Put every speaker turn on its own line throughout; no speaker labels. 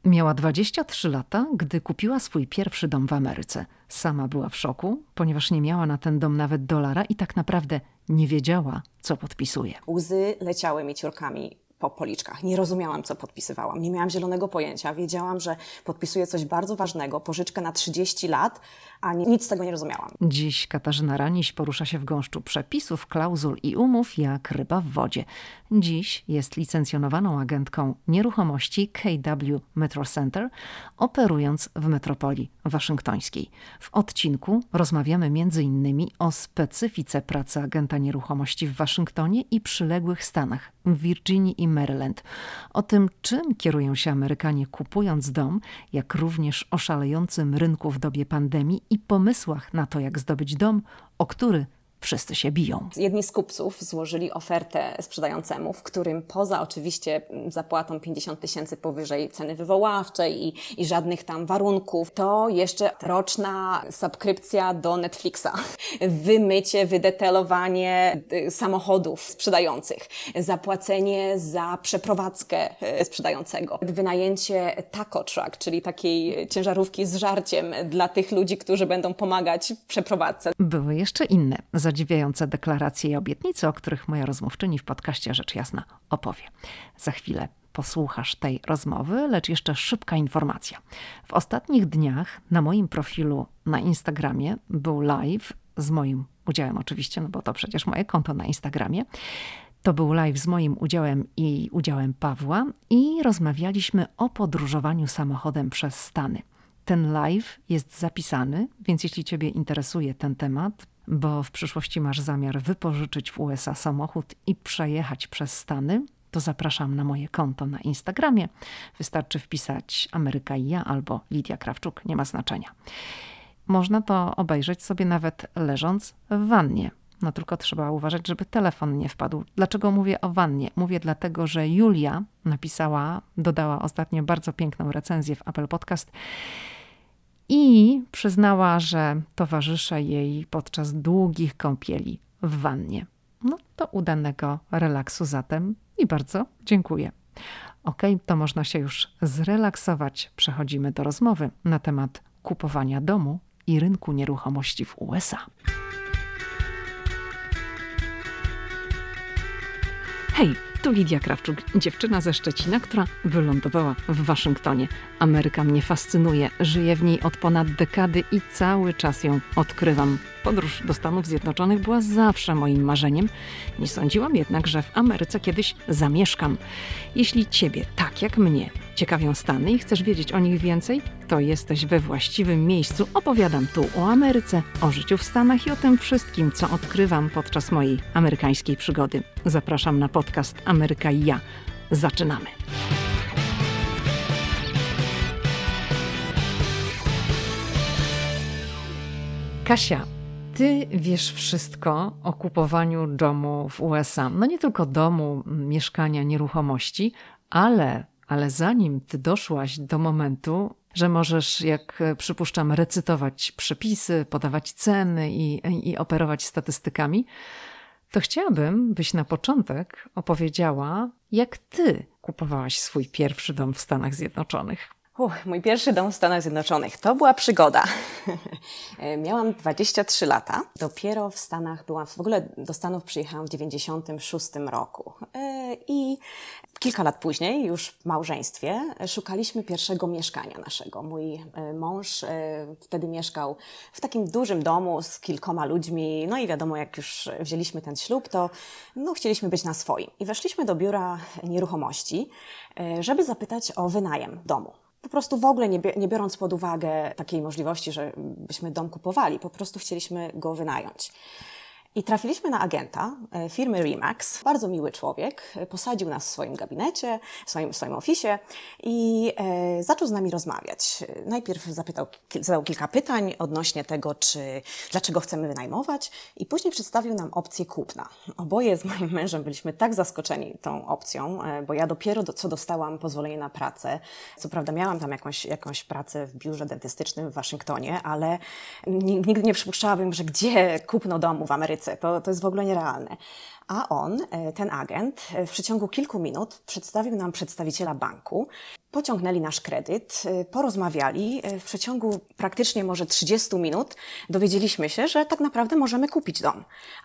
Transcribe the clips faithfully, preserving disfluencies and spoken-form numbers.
Miała dwadzieścia trzy lata, gdy kupiła swój pierwszy dom w Ameryce. Sama była w szoku, ponieważ nie miała na ten dom nawet dolara i tak naprawdę nie wiedziała, co podpisuje.
Łzy leciały mi ciurkami po policzkach. Nie rozumiałam, co podpisywałam. Nie miałam zielonego pojęcia. Wiedziałam, że podpisuję coś bardzo ważnego, pożyczkę na trzydzieści lat, a nic z tego nie rozumiałam.
Dziś Katarzyna Raniś porusza się w gąszczu przepisów, klauzul i umów jak ryba w wodzie. Dziś jest licencjonowaną agentką nieruchomości K W Metro Center, operując w metropolii waszyngtońskiej. W odcinku rozmawiamy między innymi o specyfice pracy agenta nieruchomości w Waszyngtonie i przyległych stanach, w Virginii i Maryland. O tym, czym kierują się Amerykanie kupując dom, jak również o szalejącym rynku w dobie pandemii i pomysłach na to, jak zdobyć dom, o który wszyscy się biją.
Jedni z kupców złożyli ofertę sprzedającemu, w którym poza oczywiście zapłatą pięćdziesiąt tysięcy powyżej ceny wywoławczej i, i żadnych tam warunków, to jeszcze roczna subskrypcja do Netflixa, wymycie, wydetelowanie samochodów sprzedających, zapłacenie za przeprowadzkę sprzedającego, wynajęcie taco truck, czyli takiej ciężarówki z żarciem dla tych ludzi, którzy będą pomagać w przeprowadzce.
Były jeszcze inne zadziwiające deklaracje i obietnice, o których moja rozmówczyni w podcaście Rzecz Jasna opowie. Za chwilę posłuchasz tej rozmowy, lecz jeszcze szybka informacja. W ostatnich dniach na moim profilu na Instagramie był live z moim udziałem oczywiście, no bo to przecież moje konto na Instagramie. To był live z moim udziałem i udziałem Pawła i rozmawialiśmy o podróżowaniu samochodem przez Stany. Ten live jest zapisany, więc jeśli Ciebie interesuje ten temat, bo w przyszłości masz zamiar wypożyczyć w U S A samochód i przejechać przez Stany, to zapraszam na moje konto na Instagramie. Wystarczy wpisać Ameryka i ja albo Lidia Krawczuk, nie ma znaczenia. Można to obejrzeć sobie nawet leżąc w wannie. No tylko trzeba uważać, żeby telefon nie wpadł. Dlaczego mówię o wannie? Mówię dlatego, że Julia napisała, dodała ostatnio bardzo piękną recenzję w Apple Podcast i przyznała, że towarzyszę jej podczas długich kąpieli w wannie. No to udanego relaksu zatem i bardzo dziękuję. Okej, to można się już zrelaksować. Przechodzimy do rozmowy na temat kupowania domu i rynku nieruchomości w U S A. Hej, tu Lidia Krawczuk, dziewczyna ze Szczecina, która wylądowała w Waszyngtonie. Ameryka mnie fascynuje, żyję w niej od ponad dekady i cały czas ją odkrywam. Podróż do Stanów Zjednoczonych była zawsze moim marzeniem. Nie sądziłam jednak, że w Ameryce kiedyś zamieszkam. Jeśli Ciebie, tak jak mnie, ciekawią Stany i chcesz wiedzieć o nich więcej, to jesteś we właściwym miejscu. Opowiadam tu o Ameryce, o życiu w Stanach i o tym wszystkim, co odkrywam podczas mojej amerykańskiej przygody. Zapraszam na podcast Ameryka i ja. Zaczynamy. Kasia, Ty wiesz wszystko o kupowaniu domu w U S A. No nie tylko domu, mieszkania, nieruchomości, ale, ale zanim Ty doszłaś do momentu, że możesz, jak przypuszczam, recytować przepisy, podawać ceny i, i operować statystykami, to chciałabym, byś na początek opowiedziała, jak Ty kupowałaś swój pierwszy dom w Stanach Zjednoczonych.
Uch, mój pierwszy dom w Stanach Zjednoczonych. To była przygoda. Miałam dwadzieścia trzy lata. Dopiero w Stanach byłam, w ogóle do Stanów przyjechałam w dziewięćdziesiątym szóstym roku. I kilka lat później, już w małżeństwie, szukaliśmy pierwszego mieszkania naszego. Mój mąż wtedy mieszkał w takim dużym domu z kilkoma ludźmi. No i wiadomo, jak już wzięliśmy ten ślub, to no, chcieliśmy być na swoim. I weszliśmy do biura nieruchomości, żeby zapytać o wynajem domu. Po prostu w ogóle nie, nie biorąc pod uwagę takiej możliwości, że byśmy dom kupowali, po prostu chcieliśmy go wynająć. I trafiliśmy na agenta firmy Remax, bardzo miły człowiek, posadził nas w swoim gabinecie, w swoim, w swoim ofisie i e, zaczął z nami rozmawiać. Najpierw zapytał, zadał kilka pytań odnośnie tego, czy, dlaczego chcemy wynajmować i później przedstawił nam opcję kupna. Oboje z moim mężem byliśmy tak zaskoczeni tą opcją, e, bo ja dopiero do, co dostałam pozwolenie na pracę. Co prawda miałam tam jakąś, jakąś pracę w biurze dentystycznym w Waszyngtonie, ale nigdy nie przypuszczałabym, że gdzie kupno domu w Ameryce chcę, to, to jest w ogóle nierealne. A on, ten agent, w przeciągu kilku minut przedstawił nam przedstawiciela banku, pociągnęli nasz kredyt, porozmawiali. W przeciągu praktycznie może trzydziestu minut dowiedzieliśmy się, że tak naprawdę możemy kupić dom.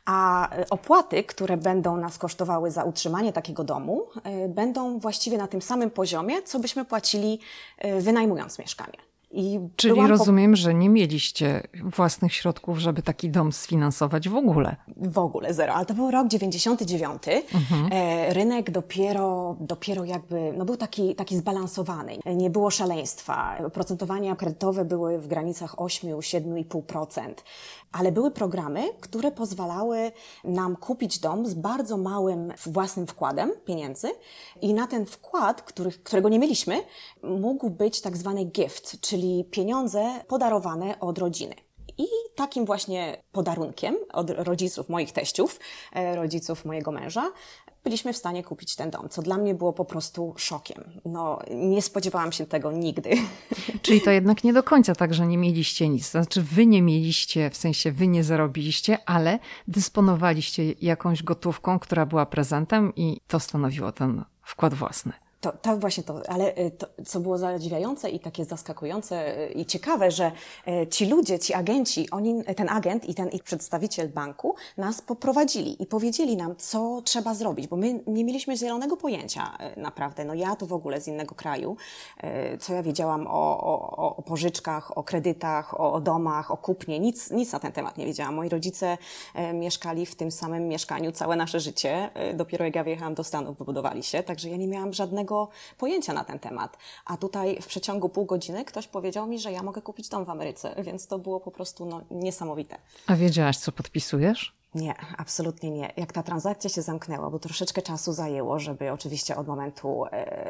A opłaty, które będą nas kosztowały za utrzymanie takiego domu, będą właściwie na tym samym poziomie, co byśmy płacili wynajmując mieszkanie.
I Czyli rozumiem, po... że nie mieliście własnych środków, żeby taki dom sfinansować w ogóle.
W ogóle zero, ale to był rok dziewięćdziesiąty dziewiąty. Mhm. E, rynek dopiero, dopiero jakby, no był taki, taki zbalansowany. Nie było szaleństwa. Oprocentowania kredytowe były w granicach osiem do siedmiu i pół procent. Ale były programy, które pozwalały nam kupić dom z bardzo małym własnym wkładem pieniędzy i na ten wkład, który, którego nie mieliśmy, mógł być tak zwany gift, czyli pieniądze podarowane od rodziny. I takim właśnie podarunkiem od rodziców moich teściów, rodziców mojego męża, byliśmy w stanie kupić ten dom, co dla mnie było po prostu szokiem. No, nie spodziewałam się tego nigdy.
Czyli to jednak nie do końca tak, że nie mieliście nic. To znaczy wy nie mieliście, w sensie wy nie zarobiliście, ale dysponowaliście jakąś gotówką, która była prezentem i to stanowiło ten wkład własny.
To, tak właśnie to, ale to, co było zadziwiające i takie zaskakujące i ciekawe, że ci ludzie, ci agenci, oni, ten agent i ten ich przedstawiciel banku nas poprowadzili i powiedzieli nam, co trzeba zrobić, bo my nie mieliśmy zielonego pojęcia naprawdę. No ja to w ogóle z innego kraju, co ja wiedziałam o, o, o pożyczkach, o kredytach, o, o domach, o kupnie, nic, nic na ten temat nie wiedziałam. Moi rodzice mieszkali w tym samym mieszkaniu całe nasze życie. Dopiero jak ja wyjechałam do Stanów, wybudowali się, także ja nie miałam żadnego pojęcia na ten temat. A tutaj w przeciągu pół godziny ktoś powiedział mi, że ja mogę kupić dom w Ameryce, więc to było po prostu no, niesamowite.
A wiedziałaś, co podpisujesz?
Nie, absolutnie nie. Jak ta transakcja się zamknęła, bo troszeczkę czasu zajęło, żeby oczywiście od momentu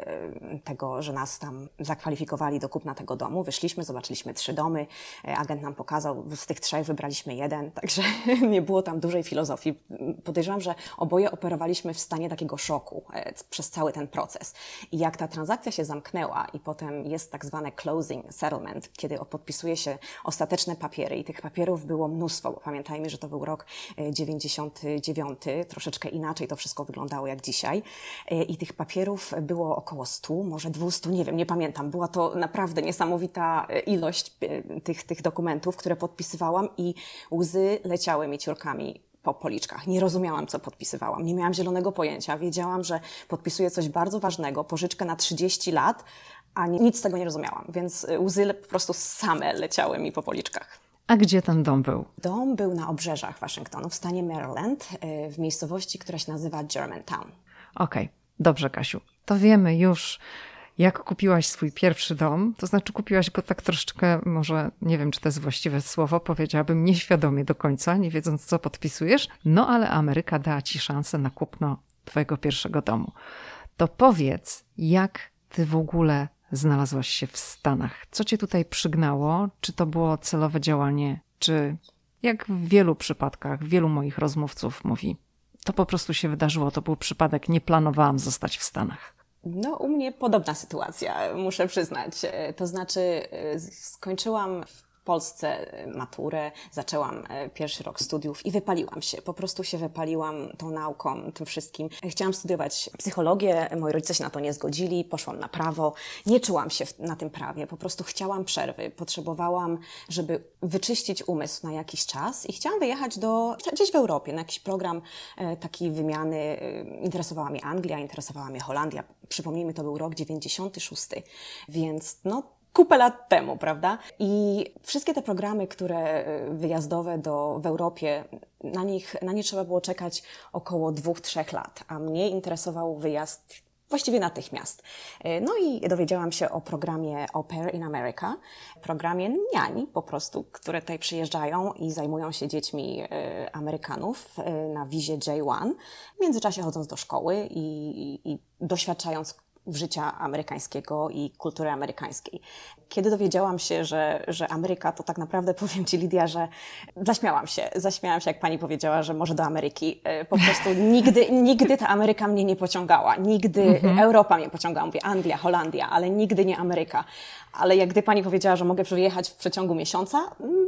e, tego, że nas tam zakwalifikowali do kupna tego domu, wyszliśmy, zobaczyliśmy trzy domy, e, agent nam pokazał, z tych trzech wybraliśmy jeden, także nie było tam dużej filozofii. Podejrzewam, że oboje operowaliśmy w stanie takiego szoku e, przez cały ten proces. I jak ta transakcja się zamknęła i potem jest tak zwane closing settlement, kiedy podpisuje się ostateczne papiery i tych papierów było mnóstwo, bo pamiętajmy, że to był rok e, dziewięćdziesiąty dziewiąty, troszeczkę inaczej to wszystko wyglądało jak dzisiaj i tych papierów było około stu, może dwustu, nie wiem, nie pamiętam. Była to naprawdę niesamowita ilość tych, tych dokumentów, które podpisywałam i łzy leciały mi ciurkami po policzkach. Nie rozumiałam, co podpisywałam. Nie miałam zielonego pojęcia. Wiedziałam, że podpisuję coś bardzo ważnego, pożyczkę na trzydzieści lat, a nic z tego nie rozumiałam, więc łzy po prostu same leciały mi po policzkach.
A gdzie ten dom był?
Dom był na obrzeżach Waszyngtonu, w stanie Maryland, w miejscowości, która się nazywa Germantown.
Okej, okay. Dobrze, Kasiu. To wiemy już, jak kupiłaś swój pierwszy dom. To znaczy kupiłaś go tak troszeczkę, może nie wiem, czy to jest właściwe słowo, powiedziałabym nieświadomie do końca, nie wiedząc, co podpisujesz. No ale Ameryka dała ci szansę na kupno twojego pierwszego domu. To powiedz, jak ty w ogóle znalazłaś się w Stanach? Co cię tutaj przygnało? Czy to było celowe działanie? Czy jak w wielu przypadkach, wielu moich rozmówców mówi, to po prostu się wydarzyło, to był przypadek, nie planowałam zostać w Stanach.
No, u mnie podobna sytuacja, muszę przyznać. To znaczy, skończyłam w Polsce maturę, zaczęłam pierwszy rok studiów i wypaliłam się. Po prostu się wypaliłam tą nauką, tym wszystkim. Chciałam studiować psychologię, moi rodzice się na to nie zgodzili, poszłam na prawo. Nie czułam się na tym prawie, po prostu chciałam przerwy. Potrzebowałam, żeby wyczyścić umysł na jakiś czas i chciałam wyjechać do, gdzieś w Europie, na jakiś program takiej wymiany. Interesowała mnie Anglia, interesowała mnie Holandia. Przypomnijmy, to był rok dziewięćdziesiąty szósty, więc no kupę lat temu, prawda? I wszystkie te programy, które wyjazdowe do, w Europie, na nich, na nie trzeba było czekać około dwóch, trzech lat, a mnie interesował wyjazd właściwie natychmiast. No i dowiedziałam się o programie Au Pair in America, programie niań po prostu, które tutaj przyjeżdżają i zajmują się dziećmi Amerykanów na wizie J jeden, w międzyczasie chodząc do szkoły i, i, i doświadczając życia amerykańskiego i kultury amerykańskiej. Kiedy dowiedziałam się, że, że Ameryka, to tak naprawdę powiem Ci, Lidia, że zaśmiałam się. Zaśmiałam się, jak Pani powiedziała, że może do Ameryki. Po prostu nigdy, nigdy ta Ameryka mnie nie pociągała. Nigdy mhm. Europa mnie pociągała. Mówię Anglia, Holandia, ale nigdy nie Ameryka. Ale jak gdy Pani powiedziała, że mogę przyjechać w przeciągu miesiąca,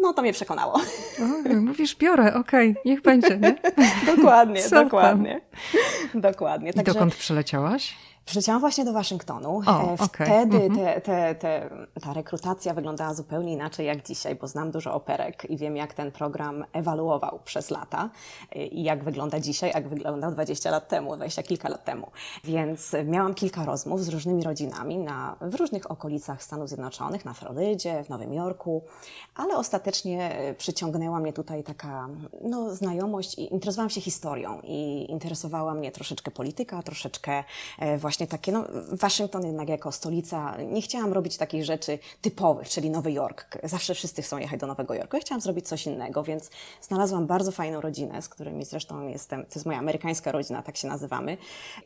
no to mnie przekonało.
O, mówisz, biorę, okej, okay, niech będzie, nie?
Dokładnie, dokładnie. Dokładnie.
I Także... dokąd przyleciałaś?
Przyleciałam właśnie do Waszyngtonu.
O, okay.
Wtedy
mhm.
te, te, te, ta rekrutacja wyglądała zupełnie inaczej jak dzisiaj, bo znam dużo operek i wiem, jak ten program ewaluował przez lata i jak wygląda dzisiaj, jak wyglądał dwadzieścia lat temu, dwadzieścia kilka lat temu. Więc miałam kilka rozmów z różnymi rodzinami na, w różnych okolicach Stanów Zjednoczonych, na Florydzie, w Nowym Jorku, ale ostatecznie przyciągnęła mnie tutaj taka no, znajomość i interesowałam się historią i interesowała mnie troszeczkę polityka, troszeczkę właśnie Właśnie takie, no, Waszyngton jednak jako stolica, nie chciałam robić takich rzeczy typowych, czyli Nowy Jork. Zawsze wszyscy chcą jechać do Nowego Jorku. Ja chciałam zrobić coś innego, więc znalazłam bardzo fajną rodzinę, z którymi zresztą jestem, to jest moja amerykańska rodzina, tak się nazywamy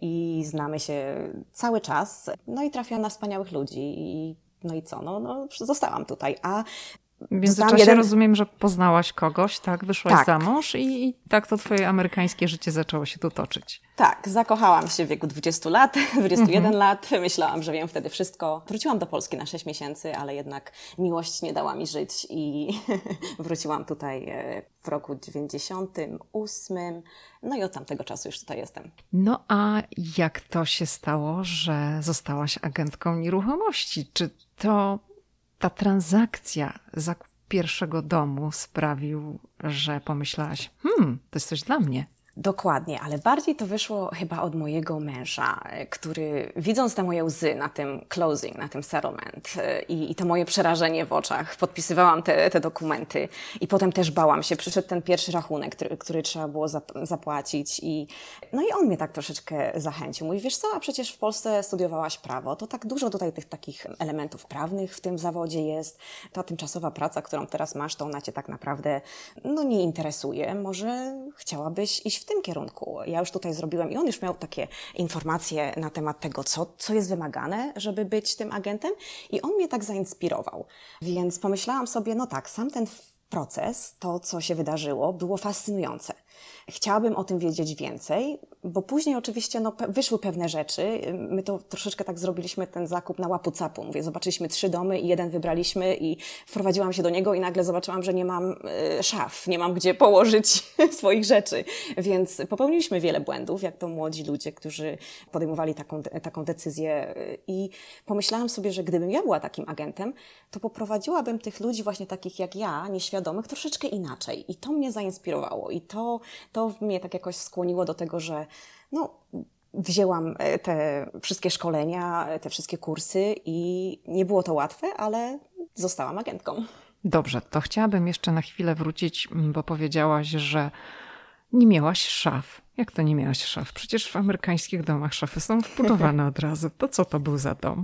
i znamy się cały czas. No i trafiłam na wspaniałych ludzi i no i co, no, no zostałam tutaj, a
w międzyczasie jeden... rozumiem, że poznałaś kogoś, tak? Wyszłaś
tak.
za mąż i, i tak to twoje amerykańskie życie zaczęło się tu toczyć.
Tak, zakochałam się w wieku dwudziestu lat, dwudziestu jeden mm-hmm. lat. Myślałam, że wiem wtedy wszystko. Wróciłam do Polski na sześć miesięcy, ale jednak miłość nie dała mi żyć i wróciłam tutaj w roku dziewięćdziesiątym ósmym. No i od tamtego czasu już tutaj jestem.
No a jak to się stało, że zostałaś agentką nieruchomości? Czy to ta transakcja, zakup pierwszego domu sprawił, że pomyślałaś, hmm, to jest coś dla mnie?
Dokładnie, ale bardziej to wyszło chyba od mojego męża, który widząc te moje łzy na tym closing, na tym settlement i, i to moje przerażenie w oczach, podpisywałam te, te dokumenty i potem też bałam się. Przyszedł ten pierwszy rachunek, który, który trzeba było zap- zapłacić i no i on mnie tak troszeczkę zachęcił. Mówi, wiesz co, a przecież w Polsce studiowałaś prawo, to tak dużo tutaj tych takich elementów prawnych w tym zawodzie jest. Ta tymczasowa praca, którą teraz masz, to ona cię tak naprawdę no nie interesuje. Może chciałabyś iść w tym kierunku. Ja już tutaj zrobiłam i on już miał takie informacje na temat tego, co, co jest wymagane, żeby być tym agentem i on mnie tak zainspirował. Więc pomyślałam sobie, no tak, sam ten proces, to co się wydarzyło, było fascynujące. Chciałabym o tym wiedzieć więcej, bo później oczywiście no, wyszły pewne rzeczy. My to troszeczkę tak zrobiliśmy ten zakup na łapu-capu. Mówię, zobaczyliśmy trzy domy i jeden wybraliśmy i wprowadziłam się do niego i nagle zobaczyłam, że nie mam y, szaf, nie mam gdzie położyć swoich rzeczy. Więc popełniliśmy wiele błędów, jak to młodzi ludzie, którzy podejmowali taką, taką decyzję i pomyślałam sobie, że gdybym ja była takim agentem, to poprowadziłabym tych ludzi właśnie takich jak ja, nieświadomych, troszeczkę inaczej. I to mnie zainspirowało i to To mnie tak jakoś skłoniło do tego, że no, wzięłam te wszystkie szkolenia, te wszystkie kursy i nie było to łatwe, ale zostałam agentką.
Dobrze, to chciałabym jeszcze na chwilę wrócić, bo powiedziałaś, że nie miałaś szaf. Jak to nie miałaś szaf? Przecież w amerykańskich domach szafy są wbudowane od razu. To co to był za dom?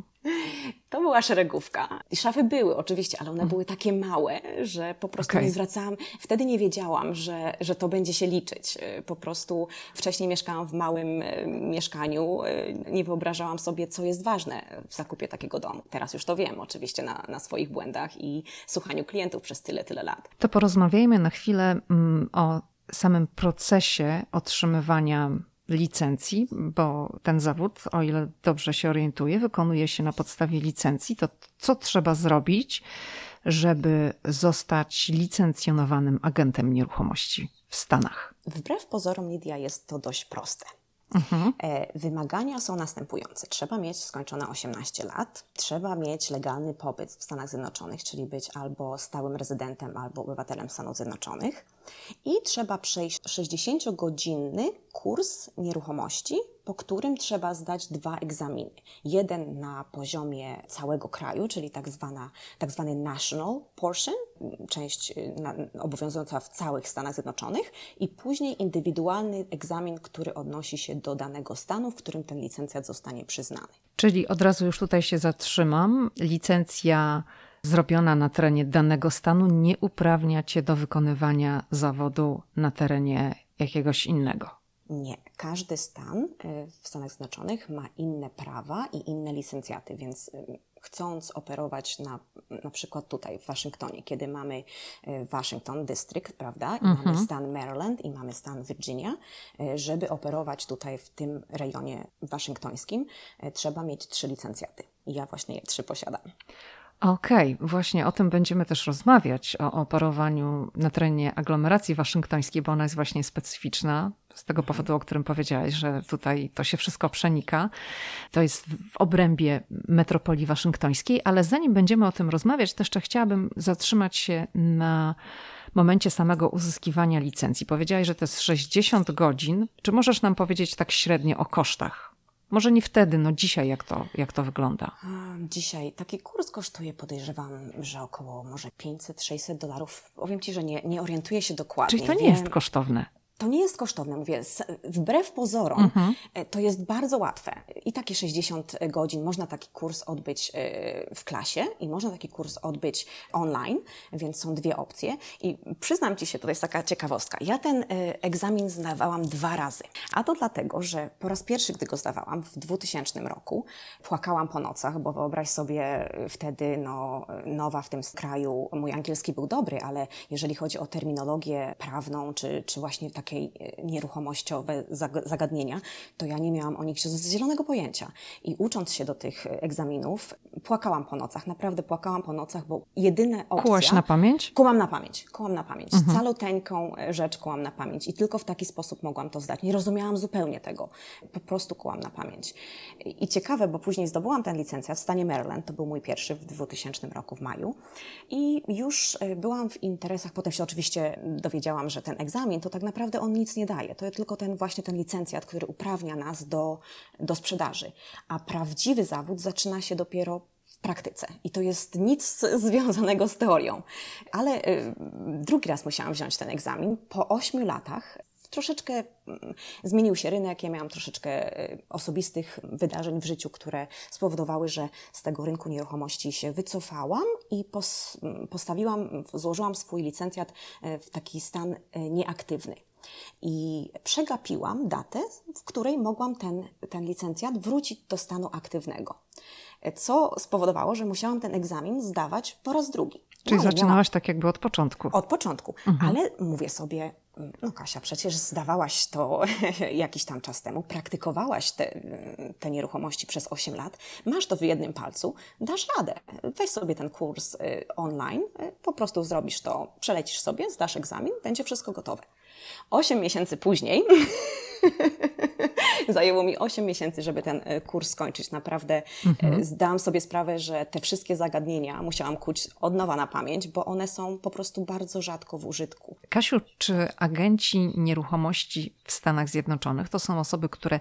To była szeregówka. I szafy były oczywiście, ale one były takie małe, że po prostu
okay.
nie zwracałam, wtedy nie wiedziałam, że, że to będzie się liczyć. Po prostu wcześniej mieszkałam w małym mieszkaniu, nie wyobrażałam sobie, co jest ważne w zakupie takiego domu. Teraz już to wiem oczywiście na, na swoich błędach i słuchaniu klientów przez tyle, tyle lat.
To porozmawiajmy na chwilę mm, o samym procesie otrzymywania licencji, bo ten zawód, o ile dobrze się orientuję, wykonuje się na podstawie licencji. To co trzeba zrobić, żeby zostać licencjonowanym agentem nieruchomości w Stanach?
Wbrew pozorom, Lidia, jest to dość proste.
Mhm.
Wymagania są następujące. Trzeba mieć skończone osiemnaście lat, trzeba mieć legalny pobyt w Stanach Zjednoczonych, czyli być albo stałym rezydentem, albo obywatelem Stanów Zjednoczonych i trzeba przejść sześćdziesięciogodzinny kurs nieruchomości, po którym trzeba zdać dwa egzaminy. Jeden na poziomie całego kraju, czyli tak zwana, tak zwany national portion, część na, obowiązująca w całych Stanach Zjednoczonych i później indywidualny egzamin, który odnosi się do danego stanu, w którym ten licencjat zostanie przyznany.
Czyli od razu już tutaj się zatrzymam. Licencja zrobiona na terenie danego stanu nie uprawnia cię do wykonywania zawodu na terenie jakiegoś innego.
Nie. Każdy stan w Stanach Zjednoczonych ma inne prawa i inne licencjaty, więc chcąc operować na, na przykład tutaj w Waszyngtonie, kiedy mamy Waszyngton District, prawda, i
mhm.
mamy stan Maryland i mamy stan Virginia, żeby operować tutaj w tym rejonie waszyngtońskim, trzeba mieć trzy licencjaty. I ja właśnie je trzy posiadam.
Okej, okay, właśnie o tym będziemy też rozmawiać, o operowaniu na terenie aglomeracji waszyngtońskiej, bo ona jest właśnie specyficzna z tego mhm. powodu, o którym powiedziałaś, że tutaj to się wszystko przenika. To jest w obrębie metropolii waszyngtońskiej, ale zanim będziemy o tym rozmawiać, to jeszcze chciałabym zatrzymać się na momencie samego uzyskiwania licencji. Powiedziałaś, że to jest sześćdziesiąt godzin. Czy możesz nam powiedzieć tak średnio o kosztach? Może nie wtedy, no dzisiaj jak to, jak to wygląda?
Dzisiaj taki kurs kosztuje, podejrzewam, że około może pięćset sześćset dolarów. Powiem Ci, że nie, nie orientuję się dokładnie.
Czyli to nie
Wiem,
jest kosztowne.
To nie jest kosztowne, mówię, wbrew pozorom mhm. to jest bardzo łatwe. I takie sześćdziesiąt godzin, można taki kurs odbyć w klasie i można taki kurs odbyć online, więc są dwie opcje. I przyznam Ci się, to jest taka ciekawostka, ja ten egzamin zdawałam dwa razy. A to dlatego, że po raz pierwszy, gdy go zdawałam w dwutysięcznym roku, płakałam po nocach, bo wyobraź sobie wtedy, no, nowa w tym kraju, mój angielski był dobry, ale jeżeli chodzi o terminologię prawną, czy, czy właśnie tak takiej nieruchomościowe zagadnienia, to ja nie miałam o nich zielonego pojęcia. I ucząc się do tych egzaminów, płakałam po nocach, naprawdę płakałam po nocach, bo jedyna opcja...
Kułaś na pamięć?
Kułam na pamięć, kułam na pamięć.
Mhm.
Caluteńką rzecz kułam na pamięć i tylko w taki sposób mogłam to zdać. Nie rozumiałam zupełnie tego. Po prostu kułam na pamięć. I ciekawe, bo później zdobyłam ten licencjat w stanie Maryland, to był mój pierwszy w dwutysięcznym roku w maju i już byłam w interesach, potem się oczywiście dowiedziałam, że ten egzamin to tak naprawdę on nic nie daje. To tylko ten właśnie ten licencjat, który uprawnia nas do, do sprzedaży. A prawdziwy zawód zaczyna się dopiero w praktyce. I to jest nic związanego z teorią. Ale y, drugi raz musiałam wziąć ten egzamin. Po ośmiu latach troszeczkę y, zmienił się rynek. Ja miałam troszeczkę y, osobistych wydarzeń w życiu, które spowodowały, że z tego rynku nieruchomości się wycofałam i pos, postawiłam, złożyłam swój licencjat y, w taki stan y, nieaktywny. I przegapiłam datę, w której mogłam ten, ten licencjat wrócić do stanu aktywnego. Co spowodowało, że musiałam ten egzamin zdawać po raz drugi.
Czyli
no,
zaczynałaś
miałam...
tak jakby od początku.
Od początku. Mhm. Ale mówię sobie, no Kasia, przecież zdawałaś to jakiś tam czas temu, praktykowałaś te, te nieruchomości przez osiem lat, masz to w jednym palcu, dasz radę. Weź sobie ten kurs online, po prostu zrobisz to, przelecisz sobie, zdasz egzamin, będzie wszystko gotowe. Osiem miesięcy później, zajęło mi osiem miesięcy, żeby ten kurs skończyć. Naprawdę mhm. zdałam sobie sprawę, że te wszystkie zagadnienia musiałam kuć od nowa na pamięć, bo one są po prostu bardzo rzadko w użytku.
Kasiu, czy agenci nieruchomości w Stanach Zjednoczonych to są osoby, które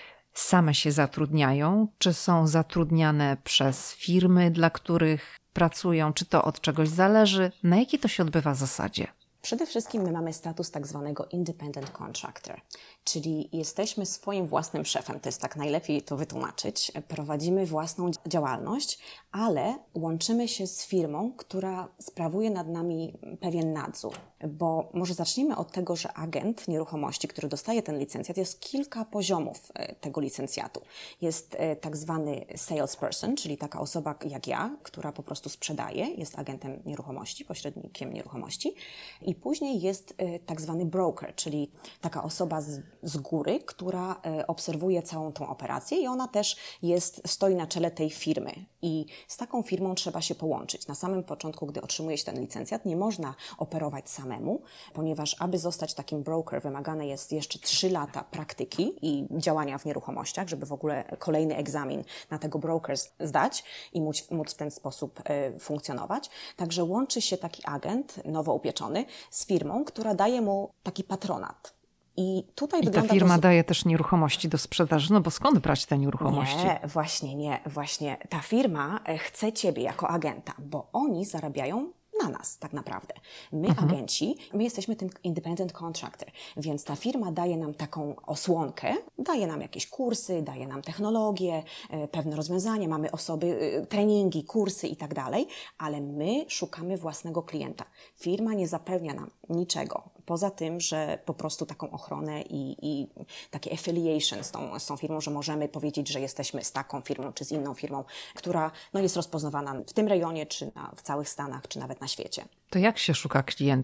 same się zatrudniają, czy są zatrudniane przez firmy, dla których pracują, czy to od czegoś zależy? Na jakiej to się odbywa zasadzie?
Przede wszystkim my mamy status tak zwanego independent contractor, czyli jesteśmy swoim własnym szefem, to jest tak najlepiej to wytłumaczyć. Prowadzimy własną działalność, ale łączymy się z firmą, która sprawuje nad nami pewien nadzór. Bo może zacznijmy od tego, że agent nieruchomości, który dostaje ten licencjat, jest kilka poziomów tego licencjatu. Jest tak zwany salesperson, czyli taka osoba jak ja, która po prostu sprzedaje, jest agentem nieruchomości, pośrednikiem nieruchomości. I później jest tak zwany broker, czyli taka osoba z, z góry, która obserwuje całą tą operację i ona też jest, stoi na czele tej firmy. I z taką firmą trzeba się połączyć. Na samym początku, gdy otrzymuje się ten licencjat, nie można operować samemu, ponieważ aby zostać takim broker, wymagane jest jeszcze trzy lata praktyki i działania w nieruchomościach, żeby w ogóle kolejny egzamin na tego broker zdać i móc, móc w ten sposób y, funkcjonować. Także łączy się taki agent nowo upieczony z firmą, która daje mu taki patronat. I, tutaj
I ta
wygląda
firma
to...
daje też nieruchomości do sprzedaży, no bo skąd brać te nieruchomości?
Nie, właśnie nie, właśnie ta firma chce Ciebie jako agenta, bo oni zarabiają na nas tak naprawdę. My mhm. agenci, my jesteśmy tym independent contractor, więc ta firma daje nam taką osłonkę, daje nam jakieś kursy, daje nam technologie, pewne rozwiązania, mamy osoby, treningi, kursy i tak dalej, ale my szukamy własnego klienta. Firma nie zapewnia nam niczego, poza tym, że po prostu taką ochronę i, i takie affiliation z tą, z tą firmą, że możemy powiedzieć, że jesteśmy z taką firmą czy z inną firmą, która no, jest rozpoznawana w tym rejonie, czy na, w całych Stanach, czy nawet na świecie.
To jak się szuka klienta?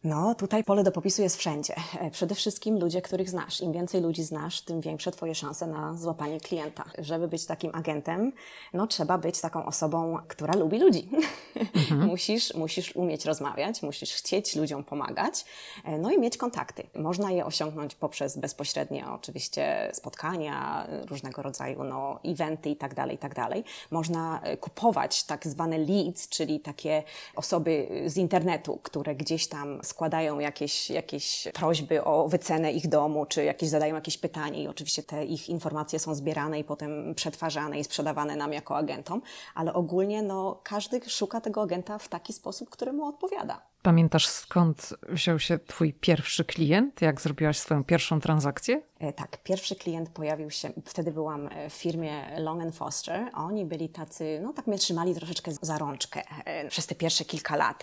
No, tutaj pole do popisu jest wszędzie. Przede wszystkim ludzie, których znasz. Im więcej ludzi znasz, tym większe twoje szanse na złapanie klienta. Żeby być takim agentem, no trzeba być taką osobą, która lubi ludzi. Mhm. musisz, musisz umieć rozmawiać, musisz chcieć ludziom pomagać, no i mieć kontakty. Można je osiągnąć poprzez bezpośrednie oczywiście spotkania, różnego rodzaju no, eventy i tak dalej, i tak dalej. Można kupować tak zwane leads, czyli takie osoby z internetu, które gdzieś tam składają jakieś, jakieś prośby o wycenę ich domu, czy jakieś zadają jakieś pytanie i oczywiście te ich informacje są zbierane i potem przetwarzane i sprzedawane nam jako agentom, ale ogólnie no, każdy szuka tego agenta w taki sposób, który mu odpowiada.
Pamiętasz, skąd wziął się twój pierwszy klient? Jak zrobiłaś swoją pierwszą transakcję?
E, tak, pierwszy klient pojawił się, wtedy byłam w firmie Long and Foster. Oni byli tacy, no tak mnie trzymali troszeczkę za rączkę e, przez te pierwsze kilka lat.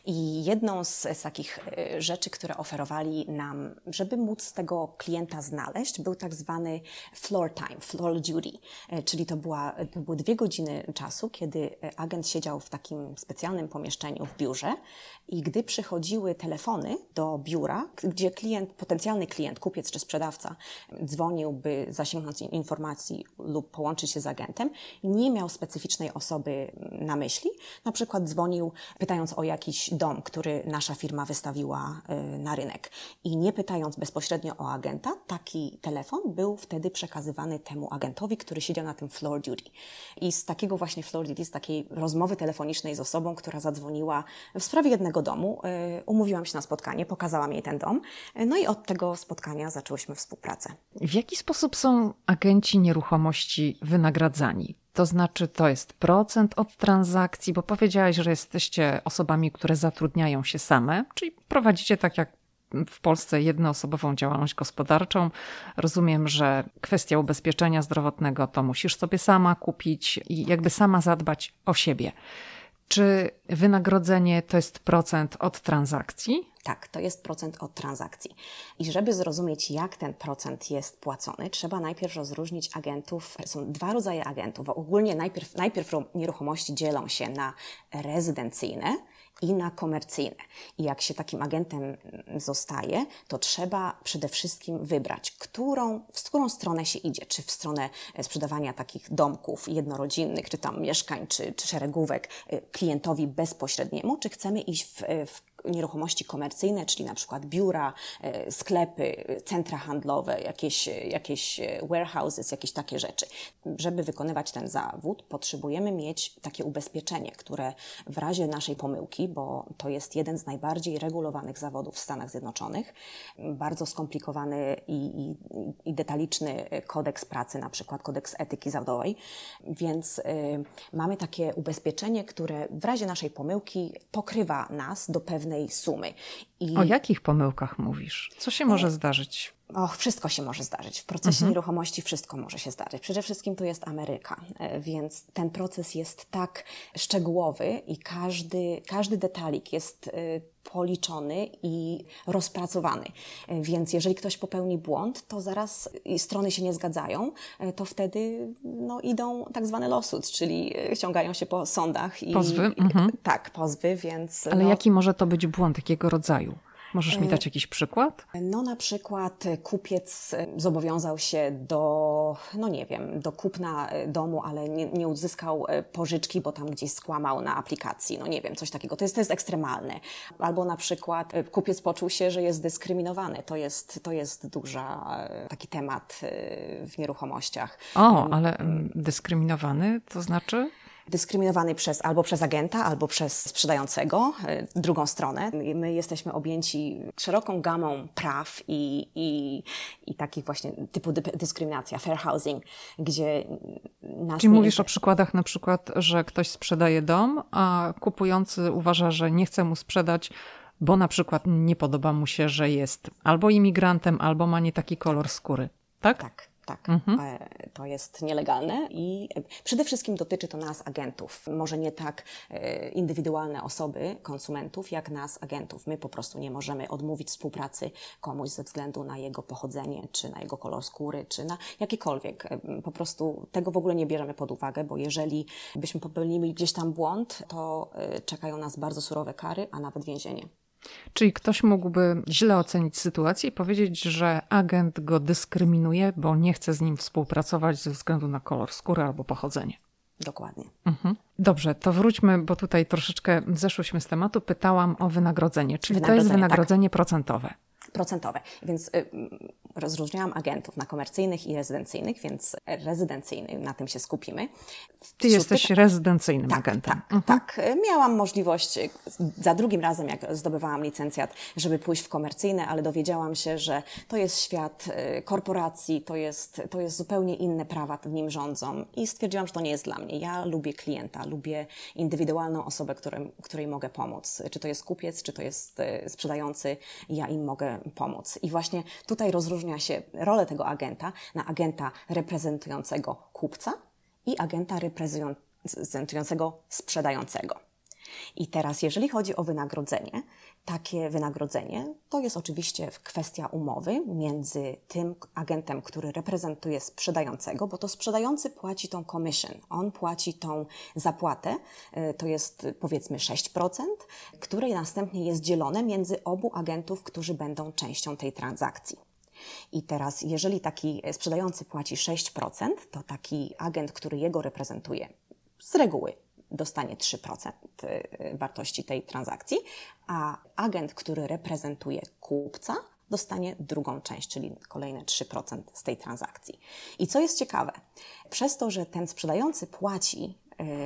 I jedną z, z takich e, rzeczy, które oferowali nam, żeby móc tego klienta znaleźć, był tak zwany floor time, floor duty. E, czyli to, była, to były dwie godziny czasu, kiedy agent siedział w takim specjalnym pomieszczeniu w biurze i gdy przychodziły telefony do biura, gdzie klient, potencjalny klient, kupiec czy sprzedawca dzwonił, by zasięgnąć informacji lub połączyć się z agentem, nie miał specyficznej osoby na myśli. Na przykład dzwonił pytając o jakiś dom, który nasza firma wystawiła na rynek i nie pytając bezpośrednio o agenta, taki telefon był wtedy przekazywany temu agentowi, który siedział na tym floor duty. I z takiego właśnie floor duty, z takiej rozmowy telefonicznej z osobą, która zadzwoniła w sprawie jednego domu, umówiłam się na spotkanie, pokazałam jej ten dom, no i od tego spotkania zaczęłyśmy współpracę.
W jaki sposób są agenci nieruchomości wynagradzani? To znaczy, to jest procent od transakcji, bo powiedziałaś, że jesteście osobami, które zatrudniają się same, czyli prowadzicie tak jak w Polsce jednoosobową działalność gospodarczą. Rozumiem, że kwestia ubezpieczenia zdrowotnego to musisz sobie sama kupić i jakby sama zadbać o siebie. Czy wynagrodzenie to jest procent od transakcji?
Tak, to jest procent od transakcji. I żeby zrozumieć, jak ten procent jest płacony, trzeba najpierw rozróżnić agentów. Są dwa rodzaje agentów. Ogólnie najpierw, najpierw nieruchomości dzielą się na rezydencyjne i na komercyjne. I jak się takim agentem zostaje, to trzeba przede wszystkim wybrać, którą, w którą stronę się idzie. Czy w stronę sprzedawania takich domków jednorodzinnych, czy tam mieszkań, czy, czy szeregówek klientowi bezpośredniemu, czy chcemy iść w, w nieruchomości komercyjne, czyli na przykład biura, sklepy, centra handlowe, jakieś, jakieś warehouses, jakieś takie rzeczy. Żeby wykonywać ten zawód, potrzebujemy mieć takie ubezpieczenie, które w razie naszej pomyłki, bo to jest jeden z najbardziej regulowanych zawodów w Stanach Zjednoczonych, bardzo skomplikowany i, i, i detaliczny kodeks pracy, na przykład kodeks etyki zawodowej, więc y, mamy takie ubezpieczenie, które w razie naszej pomyłki pokrywa nas do pewnej sumy.
I... O jakich pomyłkach mówisz? Co się może zdarzyć?
Och, wszystko się może zdarzyć. W procesie mhm. nieruchomości wszystko może się zdarzyć. Przede wszystkim to jest Ameryka, więc ten proces jest tak szczegółowy i każdy, każdy detalik jest policzony i rozpracowany. Więc jeżeli ktoś popełni błąd, to zaraz strony się nie zgadzają, to wtedy no, idą tak zwane lawsuits, czyli ściągają się po sądach. I,
pozwy? Mhm.
Tak, pozwy, więc...
Ale
no,
jaki może to być błąd? Jakiego rodzaju? Możesz mi dać jakiś przykład?
No na przykład kupiec zobowiązał się do, no nie wiem, do kupna domu, ale nie, nie uzyskał pożyczki, bo tam gdzieś skłamał na aplikacji. No nie wiem, coś takiego. To jest, to jest ekstremalne. Albo na przykład kupiec poczuł się, że jest dyskryminowany. To jest, to jest duża taki temat w nieruchomościach.
O, ale dyskryminowany to znaczy?
Dyskryminowany przez, albo przez agenta, albo przez sprzedającego, drugą stronę. My jesteśmy objęci szeroką gamą praw i, i, i takich właśnie typu dy- dyskryminacja, fair housing, gdzie nas
Czyli
nie...
mówisz o przykładach na przykład, że ktoś sprzedaje dom, a kupujący uważa, że nie chce mu sprzedać, bo na przykład nie podoba mu się, że jest albo imigrantem, albo ma nie taki kolor skóry. Tak?
Tak. Tak,
mhm.
To jest nielegalne i przede wszystkim dotyczy to nas, agentów. Może nie tak indywidualne osoby, konsumentów, jak nas, agentów. My po prostu nie możemy odmówić współpracy komuś ze względu na jego pochodzenie, czy na jego kolor skóry, czy na jakikolwiek. Po prostu tego w ogóle nie bierzemy pod uwagę, bo jeżeli byśmy popełnili gdzieś tam błąd, to czekają nas bardzo surowe kary, a nawet więzienie.
Czyli ktoś mógłby źle ocenić sytuację i powiedzieć, że agent go dyskryminuje, bo nie chce z nim współpracować ze względu na kolor skóry albo pochodzenie.
Dokładnie.
Mhm. Dobrze, to wróćmy, bo tutaj troszeczkę zeszłyśmy z tematu. Pytałam o wynagrodzenie, czyli
Wynagrodzenie,
to jest wynagrodzenie
tak.
procentowe.
Procentowe, więc y, rozróżniałam agentów na komercyjnych i rezydencyjnych, więc rezydencyjny, na tym się skupimy.
Ty jesteś pyta- rezydencyjnym
tak,
agentem.
Tak,
mhm.
tak. Miałam możliwość za drugim razem, jak zdobywałam licencjat, żeby pójść w komercyjne, ale dowiedziałam się, że to jest świat korporacji, to jest, to jest zupełnie inne prawa w nim rządzą i stwierdziłam, że to nie jest dla mnie. Ja lubię klienta, lubię indywidualną osobę, którym, której mogę pomóc. Czy to jest kupiec, czy to jest sprzedający, ja im mogę pomóc. I właśnie tutaj rozróżnia się rolę tego agenta na agenta reprezentującego kupca i agenta reprezentującego sprzedającego. I teraz, jeżeli chodzi o wynagrodzenie, takie wynagrodzenie to jest oczywiście kwestia umowy między tym agentem, który reprezentuje sprzedającego, bo to sprzedający płaci tą commission, on płaci tą zapłatę, to jest powiedzmy sześć procent, które następnie jest dzielone między obu agentów, którzy będą częścią tej transakcji. I teraz, jeżeli taki sprzedający płaci sześć procent, to taki agent, który jego reprezentuje, z reguły dostanie trzy procent wartości tej transakcji, a agent, który reprezentuje kupca, dostanie drugą część, czyli kolejne trzy procent z tej transakcji. I co jest ciekawe, przez to, że ten sprzedający płaci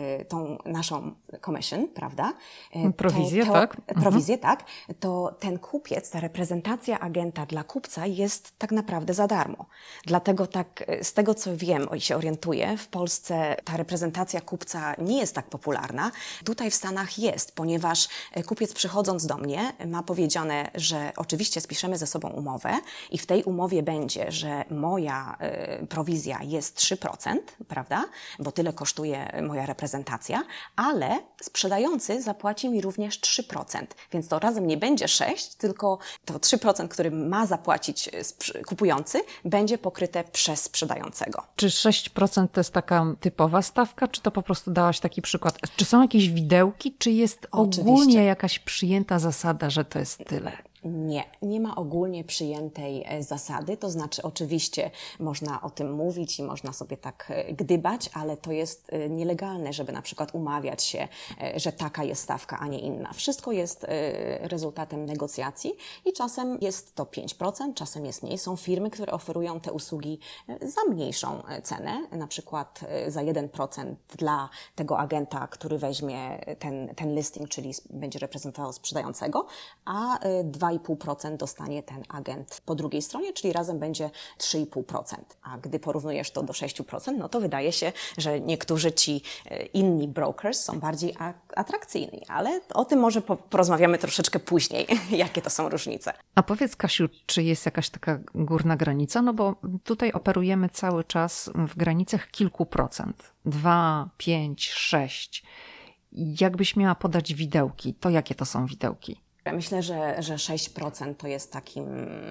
tą naszą commission, prawda?
Prowizję,
to, to,
tak?
Prowizję,
mhm.
tak. To ten kupiec, ta reprezentacja agenta dla kupca jest tak naprawdę za darmo. Dlatego tak, z tego co wiem i się orientuję, w Polsce ta reprezentacja kupca nie jest tak popularna. Tutaj w Stanach jest, ponieważ kupiec przychodząc do mnie ma powiedziane, że oczywiście spiszemy ze sobą umowę i w tej umowie będzie, że moja y, prowizja jest trzy procent, prawda? Bo tyle kosztuje moja reprezentacja, ale sprzedający zapłaci mi również trzy procent, więc to razem nie będzie sześć, tylko to trzy procent, który ma zapłacić kupujący, będzie pokryte przez sprzedającego.
Czy sześć procent to jest taka typowa stawka, czy to po prostu dałaś taki przykład? Czy są jakieś widełki, czy jest
Oczywiście.
ogólnie jakaś przyjęta zasada, że to jest tyle?
Nie, nie ma ogólnie przyjętej zasady, to znaczy oczywiście można o tym mówić i można sobie tak gdybać, ale to jest nielegalne, żeby na przykład umawiać się, że taka jest stawka, a nie inna. Wszystko jest rezultatem negocjacji i czasem jest to pięć procent, czasem jest mniej. Są firmy, które oferują te usługi za mniejszą cenę, na przykład za jeden procent dla tego agenta, który weźmie ten, ten listing, czyli będzie reprezentował sprzedającego, a dwa i pół procent dostanie ten agent po drugiej stronie, czyli razem będzie trzy i pół procent. A gdy porównujesz to do sześć procent, no to wydaje się, że niektórzy ci inni brokers są bardziej atrakcyjni, ale o tym może porozmawiamy troszeczkę później, jakie to są różnice.
A powiedz, Kasiu, czy jest jakaś taka górna granica? No bo tutaj operujemy cały czas w granicach kilku procent. Dwa, pięć, sześć. Jakbyś miała podać widełki, to jakie to są widełki?
Myślę, że, że sześć procent to jest takim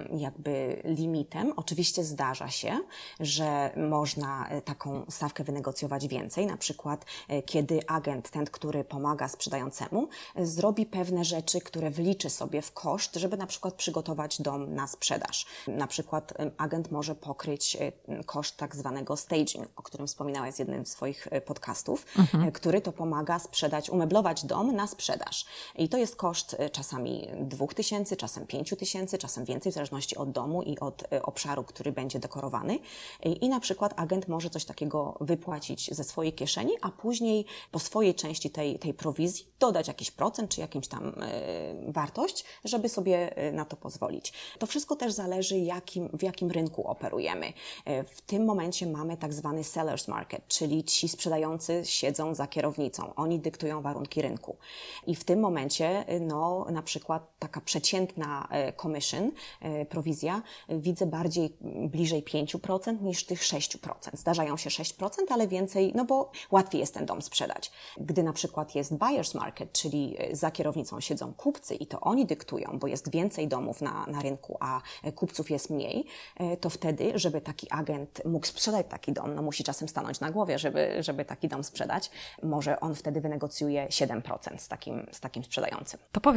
jakby limitem. Oczywiście zdarza się, że można taką stawkę wynegocjować więcej. Na przykład kiedy agent, ten, który pomaga sprzedającemu, zrobi pewne rzeczy, które wliczy sobie w koszt, żeby na przykład przygotować dom na sprzedaż. Na przykład agent może pokryć koszt tak zwanego staging, o którym wspominałaś w jednym z swoich podcastów, mhm. który to pomaga sprzedać, umeblować dom na sprzedaż. I to jest koszt czasami dwóch tysięcy, czasem pięciu tysięcy, czasem więcej, w zależności od domu i od obszaru, który będzie dekorowany. I, I na przykład agent może coś takiego wypłacić ze swojej kieszeni, a później po swojej części tej, tej prowizji dodać jakiś procent, czy jakimś tam y, wartość, żeby sobie na to pozwolić. To wszystko też zależy, jakim, w jakim rynku operujemy. W tym momencie mamy tak zwany seller's market, czyli ci sprzedający siedzą za kierownicą. Oni dyktują warunki rynku. I w tym momencie, no, na przykład taka przeciętna commission, prowizja, widzę bardziej bliżej pięć procent niż tych sześć procent. Zdarzają się sześć procent, ale więcej, no bo łatwiej jest ten dom sprzedać. Gdy na przykład jest buyer's market, czyli za kierownicą siedzą kupcy i to oni dyktują, bo jest więcej domów na, na rynku, a kupców jest mniej, to wtedy, żeby taki agent mógł sprzedać taki dom, no musi czasem stanąć na głowie, żeby, żeby taki dom sprzedać, może on wtedy wynegocjuje siedem procent z takim, z takim sprzedającym.
To powiedz, Kasiu, na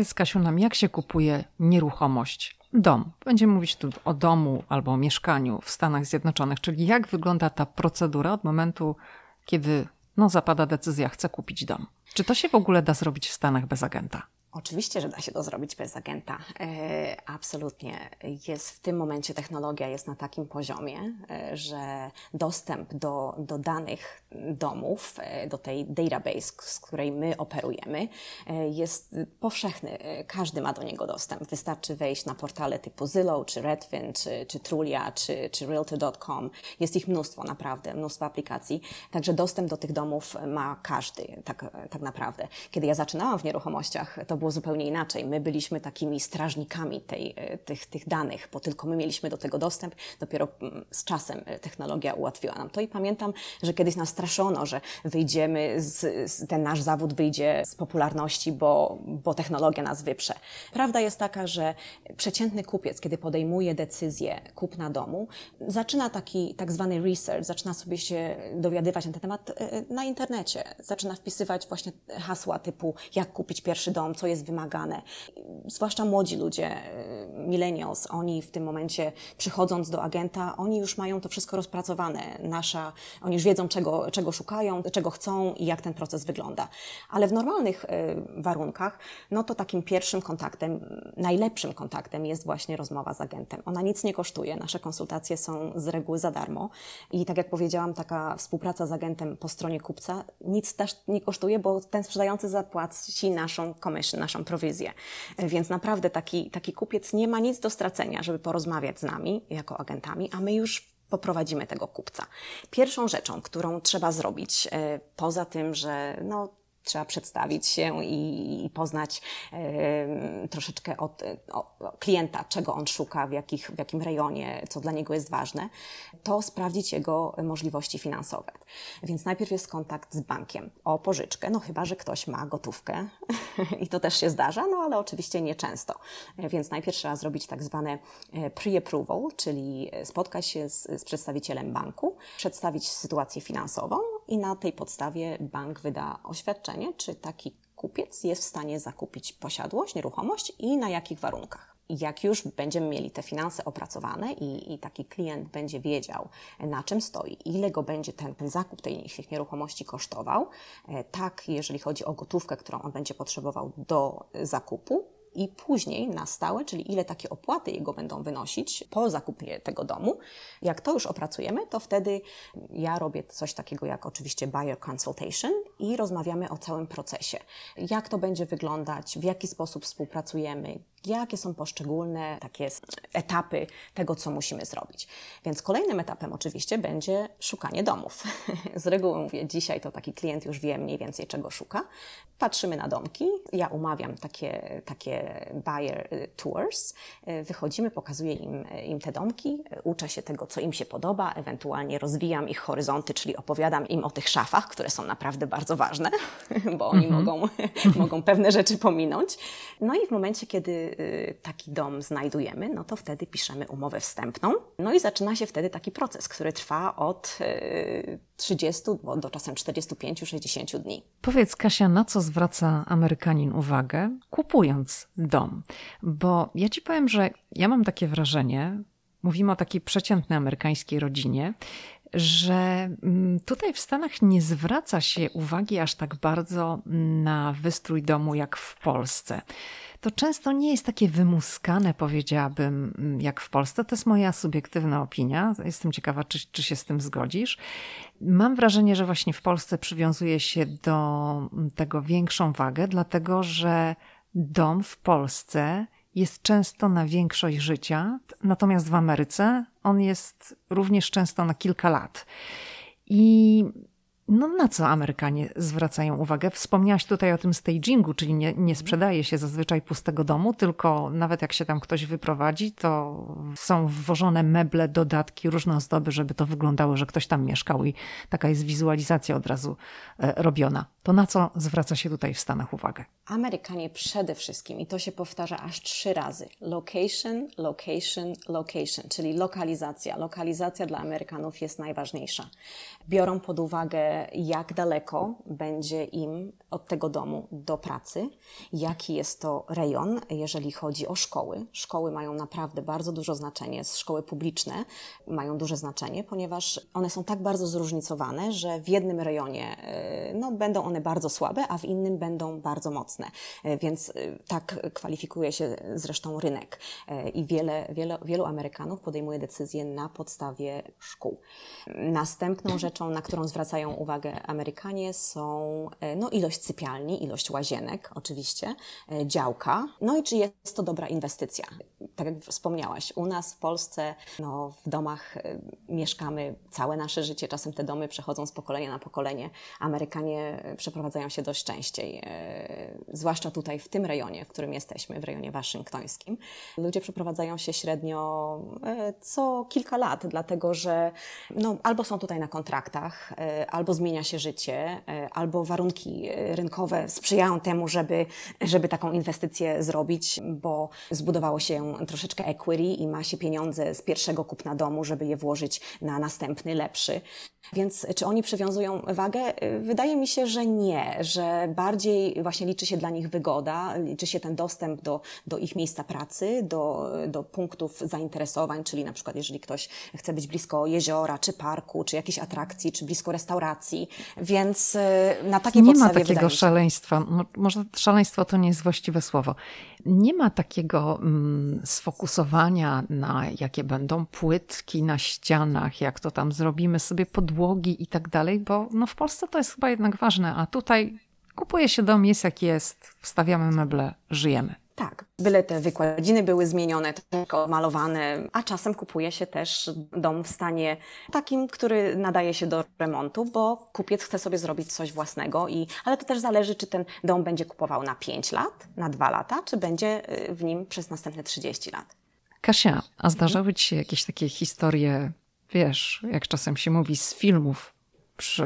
nam, jak się kupuje nieruchomość, dom. Będziemy mówić tu o domu albo o mieszkaniu w Stanach Zjednoczonych, czyli jak wygląda ta procedura od momentu, kiedy no, zapada decyzja, chcę kupić dom. Czy to się w ogóle da zrobić w Stanach bez agenta?
Oczywiście, że da się to zrobić bez agenta. E, absolutnie. Jest w tym momencie technologia jest na takim poziomie, e, że dostęp do, do danych domów, e, do tej database, z której my operujemy, e, jest powszechny. E, każdy ma do niego dostęp. Wystarczy wejść na portale typu Zillow, czy Redfin, czy, czy Trulia, czy, czy Realtor kropka com. Jest ich mnóstwo, naprawdę, mnóstwo aplikacji. Także dostęp do tych domów ma każdy, tak, tak naprawdę. Kiedy ja zaczynałam w nieruchomościach, to było zupełnie inaczej. My byliśmy takimi strażnikami tej, tych, tych danych, bo tylko my mieliśmy do tego dostęp. Dopiero z czasem technologia ułatwiła nam to i pamiętam, że kiedyś nas straszono, że wyjdziemy, z, z, ten nasz zawód wyjdzie z popularności, bo, bo technologia nas wyprze. Prawda jest taka, że przeciętny kupiec, kiedy podejmuje decyzję kupna domu, zaczyna taki tak zwany research, zaczyna sobie się dowiadywać na ten temat na internecie. Zaczyna wpisywać właśnie hasła typu jak kupić pierwszy dom, co jest wymagane. Zwłaszcza młodzi ludzie, millennials, oni w tym momencie przychodząc do agenta, oni już mają to wszystko rozpracowane. Nasza, oni już wiedzą, czego, czego szukają, czego chcą i jak ten proces wygląda. Ale w normalnych y, warunkach, no to takim pierwszym kontaktem, najlepszym kontaktem jest właśnie rozmowa z agentem. Ona nic nie kosztuje, nasze konsultacje są z reguły za darmo i tak jak powiedziałam, taka współpraca z agentem po stronie kupca nic też nie kosztuje, bo ten sprzedający zapłaci naszą commission, naszą prowizję. Więc naprawdę taki, taki kupiec nie ma nic do stracenia, żeby porozmawiać z nami jako agentami, a my już poprowadzimy tego kupca. Pierwszą rzeczą, którą trzeba zrobić, poza tym, że no, trzeba przedstawić się i, i poznać e, troszeczkę od o, klienta, czego on szuka, w, jakich, w jakim rejonie, co dla niego jest ważne, to sprawdzić jego możliwości finansowe. Więc najpierw jest kontakt z bankiem o pożyczkę, no chyba, że ktoś ma gotówkę i to też się zdarza, no ale oczywiście nieczęsto. Więc najpierw trzeba zrobić tak zwane pre-approval, czyli spotkać się z, z przedstawicielem banku, przedstawić sytuację finansową i na tej podstawie bank wyda oświadczenie, czy taki kupiec jest w stanie zakupić posiadłość, nieruchomość i na jakich warunkach. Jak już będziemy mieli te finanse opracowane i, i taki klient będzie wiedział, na czym stoi, ile go będzie ten, ten zakup tej, tych nieruchomości kosztował, tak jeżeli chodzi o gotówkę, którą on będzie potrzebował do zakupu, i później na stałe, czyli ile takie opłaty jego będą wynosić po zakupie tego domu. Jak to już opracujemy, to wtedy ja robię coś takiego jak oczywiście buyer consultation i rozmawiamy o całym procesie. Jak to będzie wyglądać, w jaki sposób współpracujemy, jakie są poszczególne takie etapy tego, co musimy zrobić. Więc kolejnym etapem oczywiście będzie szukanie domów. Z reguły mówię, dzisiaj to taki klient już wie mniej więcej, czego szuka. Patrzymy na domki, ja umawiam takie, takie buyer tours, wychodzimy, pokazuję im, im te domki, uczę się tego, co im się podoba, ewentualnie rozwijam ich horyzonty, czyli opowiadam im o tych szafach, które są naprawdę bardzo ważne, bo oni mhm. mogą, mogą pewne rzeczy pominąć. No i w momencie, kiedy taki dom znajdujemy, no to wtedy piszemy umowę wstępną. No i zaczyna się wtedy taki proces, który trwa od trzydziestu do czasem czterdziestu pięciu do sześćdziesięciu dni.
Powiedz, Kasia, na co zwraca Amerykanin uwagę, kupując dom? Bo ja Ci powiem, że ja mam takie wrażenie, mówimy o takiej przeciętnej amerykańskiej rodzinie, że tutaj w Stanach nie zwraca się uwagi aż tak bardzo na wystrój domu jak w Polsce. To często nie jest takie wymuskane, powiedziałabym, jak w Polsce. To jest moja subiektywna opinia. Jestem ciekawa, czy, czy się z tym zgodzisz. Mam wrażenie, że właśnie w Polsce przywiązuje się do tego większą wagę, dlatego że dom w Polsce jest często na większość życia, natomiast w Ameryce on jest również często na kilka lat. I no na co Amerykanie zwracają uwagę? Wspomniałaś tutaj o tym stagingu, czyli nie, nie sprzedaje się zazwyczaj pustego domu, tylko nawet jak się tam ktoś wyprowadzi, to są wwożone meble, dodatki, różne ozdoby, żeby to wyglądało, że ktoś tam mieszkał i taka jest wizualizacja od razu e, robiona. To na co zwraca się tutaj w Stanach uwagę?
Amerykanie przede wszystkim, i to się powtarza aż trzy razy, location, location, location, czyli lokalizacja. Lokalizacja dla Amerykanów jest najważniejsza. Biorą pod uwagę jak daleko będzie im od tego domu do pracy, jaki jest to rejon, jeżeli chodzi o szkoły. Szkoły mają naprawdę bardzo dużo znaczenie, szkoły publiczne mają duże znaczenie, ponieważ one są tak bardzo zróżnicowane, że w jednym rejonie no, będą one bardzo słabe, a w innym będą bardzo mocne. Więc tak kwalifikuje się zresztą rynek i wiele, wiele, wielu Amerykanów podejmuje decyzje na podstawie szkół. Następną rzeczą, na którą zwracają uwagę Amerykanie, są no, ilość sypialni, ilość łazienek oczywiście, działka, no i czy jest to dobra inwestycja. Tak jak wspomniałaś, u nas w Polsce no, w domach mieszkamy całe nasze życie, czasem te domy przechodzą z pokolenia na pokolenie. Amerykanie przeprowadzają się dość częściej, zwłaszcza tutaj w tym rejonie, w którym jesteśmy, w rejonie waszyngtońskim. Ludzie przeprowadzają się średnio co kilka lat, dlatego że no, albo są tutaj na kontraktach, albo zmienia się życie, albo warunki rynkowe sprzyjają temu, żeby, żeby taką inwestycję zrobić, bo zbudowało się troszeczkę equity i ma się pieniądze z pierwszego kupna domu, żeby je włożyć na następny, lepszy. Więc czy oni przywiązują wagę? Wydaje mi się, że nie, że bardziej właśnie liczy się dla nich wygoda, liczy się ten dostęp do, do ich miejsca pracy, do, do punktów zainteresowań, czyli na przykład jeżeli ktoś chce być blisko jeziora, czy parku, czy jakiejś atrakcji, czy blisko restauracji, więc na takiej
nie
podstawie
ma takiego
wydaje
szaleństwa, może szaleństwo to nie jest właściwe słowo, nie ma takiego mm, sfokusowania na jakie będą płytki na ścianach, jak to tam zrobimy sobie podłogi i tak dalej, bo no w Polsce to jest chyba jednak ważne, a tutaj kupuje się dom, jest jak jest, wstawiamy meble, żyjemy.
Tak, byle te wykładziny były zmienione, tylko malowane, a czasem kupuje się też dom w stanie takim, który nadaje się do remontu, bo kupiec chce sobie zrobić coś własnego, i, ale to też zależy, czy ten dom będzie kupował na pięć lat, na dwa lata, czy będzie w nim przez następne trzydzieści lat.
Kasia, a zdarzały ci się jakieś takie historie, wiesz, jak czasem się mówi, z filmów przy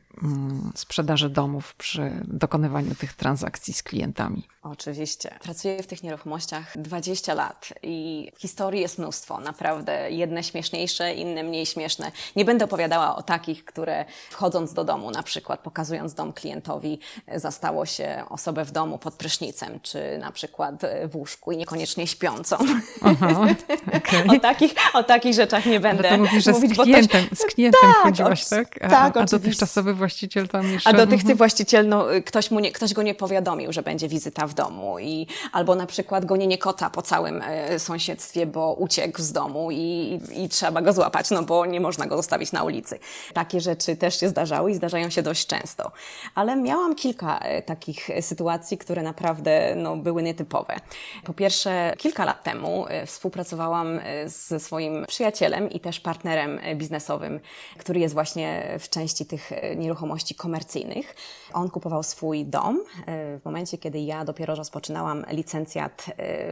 mm, sprzedaży domów, przy dokonywaniu tych transakcji z klientami?
Oczywiście. Pracuję w tych nieruchomościach dwadzieścia lat i historii jest mnóstwo, naprawdę. Jedne śmieszniejsze, inne mniej śmieszne. Nie będę opowiadała o takich, które wchodząc do domu, na przykład pokazując dom klientowi, zastało się osobę w domu pod prysznicem, czy na przykład w łóżku i niekoniecznie śpiącą. Aha, okay. o, takich, o takich rzeczach nie będę
Ale to mówisz, że
mówić.
Z klientem,
ktoś...
z klientem
tak,
chodziłaś, tak? A,
tak,
a dotychczasowy właściciel tam jeszcze...
A dotychczas właściciel, no, ktoś, mu nie, ktoś go nie powiadomił, że będzie wizyta w domu, i albo na przykład gonienie kota po całym e, sąsiedztwie, bo uciekł z domu i, i, i trzeba go złapać, no bo nie można go zostawić na ulicy. Takie rzeczy też się zdarzały i zdarzają się dość często. Ale miałam kilka e, takich sytuacji, które naprawdę no, były nietypowe. Po pierwsze, kilka lat temu e, współpracowałam e, ze swoim przyjacielem i też partnerem biznesowym, który jest właśnie w części tych nieruchomości komercyjnych. On kupował swój dom e, w momencie, kiedy ja dopiero rozpoczynałam licencjat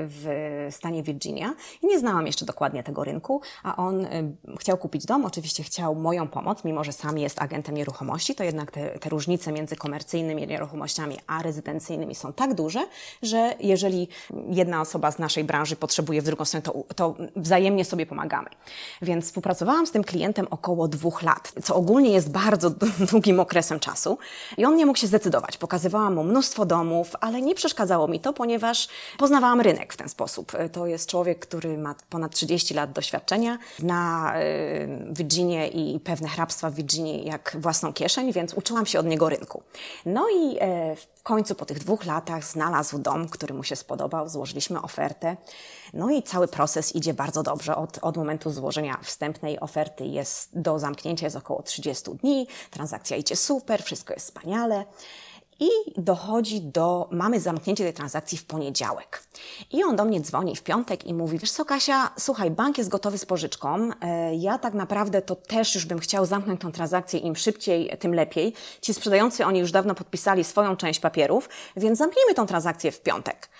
w stanie Virginia i nie znałam jeszcze dokładnie tego rynku, a on chciał kupić dom, oczywiście chciał moją pomoc, mimo że sam jest agentem nieruchomości, to jednak te, te różnice między komercyjnymi nieruchomościami a rezydencyjnymi są tak duże, że jeżeli jedna osoba z naszej branży potrzebuje w drugą stronę, to, to wzajemnie sobie pomagamy. Więc współpracowałam z tym klientem około dwóch lat, co ogólnie jest bardzo długim okresem czasu, i on nie mógł się zdecydować. Pokazywałam mu mnóstwo domów, ale nie przeszkadzało mi to, ponieważ poznawałam rynek w ten sposób. To jest człowiek, który ma ponad trzydzieści lat doświadczenia, zna Virginię i pewne hrabstwa w Virginii jak własną kieszeń, więc uczyłam się od niego rynku. No i w końcu po tych dwóch latach znalazł dom, który mu się spodobał, złożyliśmy ofertę. No i cały proces idzie bardzo dobrze. Od, od momentu złożenia wstępnej oferty jest do zamknięcia jest około trzydzieści dni, transakcja idzie super, wszystko jest wspaniale. I dochodzi do, mamy zamknięcie tej transakcji w poniedziałek. I on do mnie dzwoni w piątek i mówi: wiesz co, Kasia, słuchaj, bank jest gotowy z pożyczką. Ja tak naprawdę to też już bym chciał zamknąć tą transakcję, im szybciej, tym lepiej. Ci sprzedający, oni już dawno podpisali swoją część papierów, więc zamknijmy tą transakcję w piątek.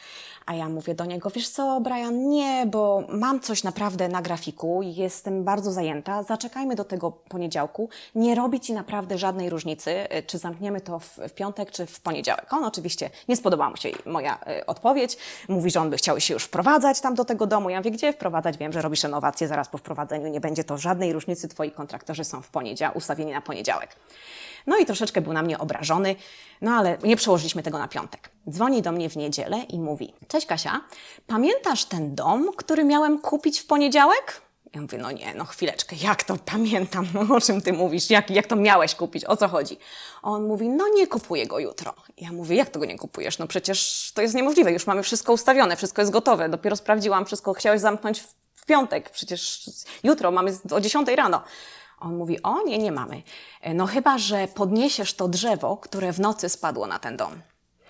A ja mówię do niego, wiesz co, Brian, nie, bo mam coś naprawdę na grafiku, jestem bardzo zajęta, zaczekajmy do tego poniedziałku, nie robi Ci naprawdę żadnej różnicy, czy zamkniemy to w, w piątek, czy w poniedziałek. On oczywiście, nie spodobała mu się moja y, odpowiedź, mówi, że on by chciał się już wprowadzać tam do tego domu. Ja mówię, gdzie wprowadzać? Wiem, że robisz renowację, zaraz po wprowadzeniu nie będzie to żadnej różnicy, Twoi kontraktorzy są w poniedziałek, ustawieni na poniedziałek. No i troszeczkę był na mnie obrażony, no ale nie przełożyliśmy tego na piątek. Dzwoni do mnie w niedzielę i mówi, cześć Kasia, pamiętasz ten dom, który miałem kupić w poniedziałek? Ja mówię, no nie, no chwileczkę, jak to pamiętam, no o czym ty mówisz, jak, jak to miałeś kupić, o co chodzi? On mówi, no nie kupuję go jutro. Ja mówię, jak to go nie kupujesz? No przecież to jest niemożliwe, już mamy wszystko ustawione, wszystko jest gotowe, dopiero sprawdziłam, wszystko chciałeś zamknąć w, w piątek, przecież jutro mamy o dziesiątej rano. On mówi, o nie, nie mamy. No chyba, że podniesiesz to drzewo, które w nocy spadło na ten dom.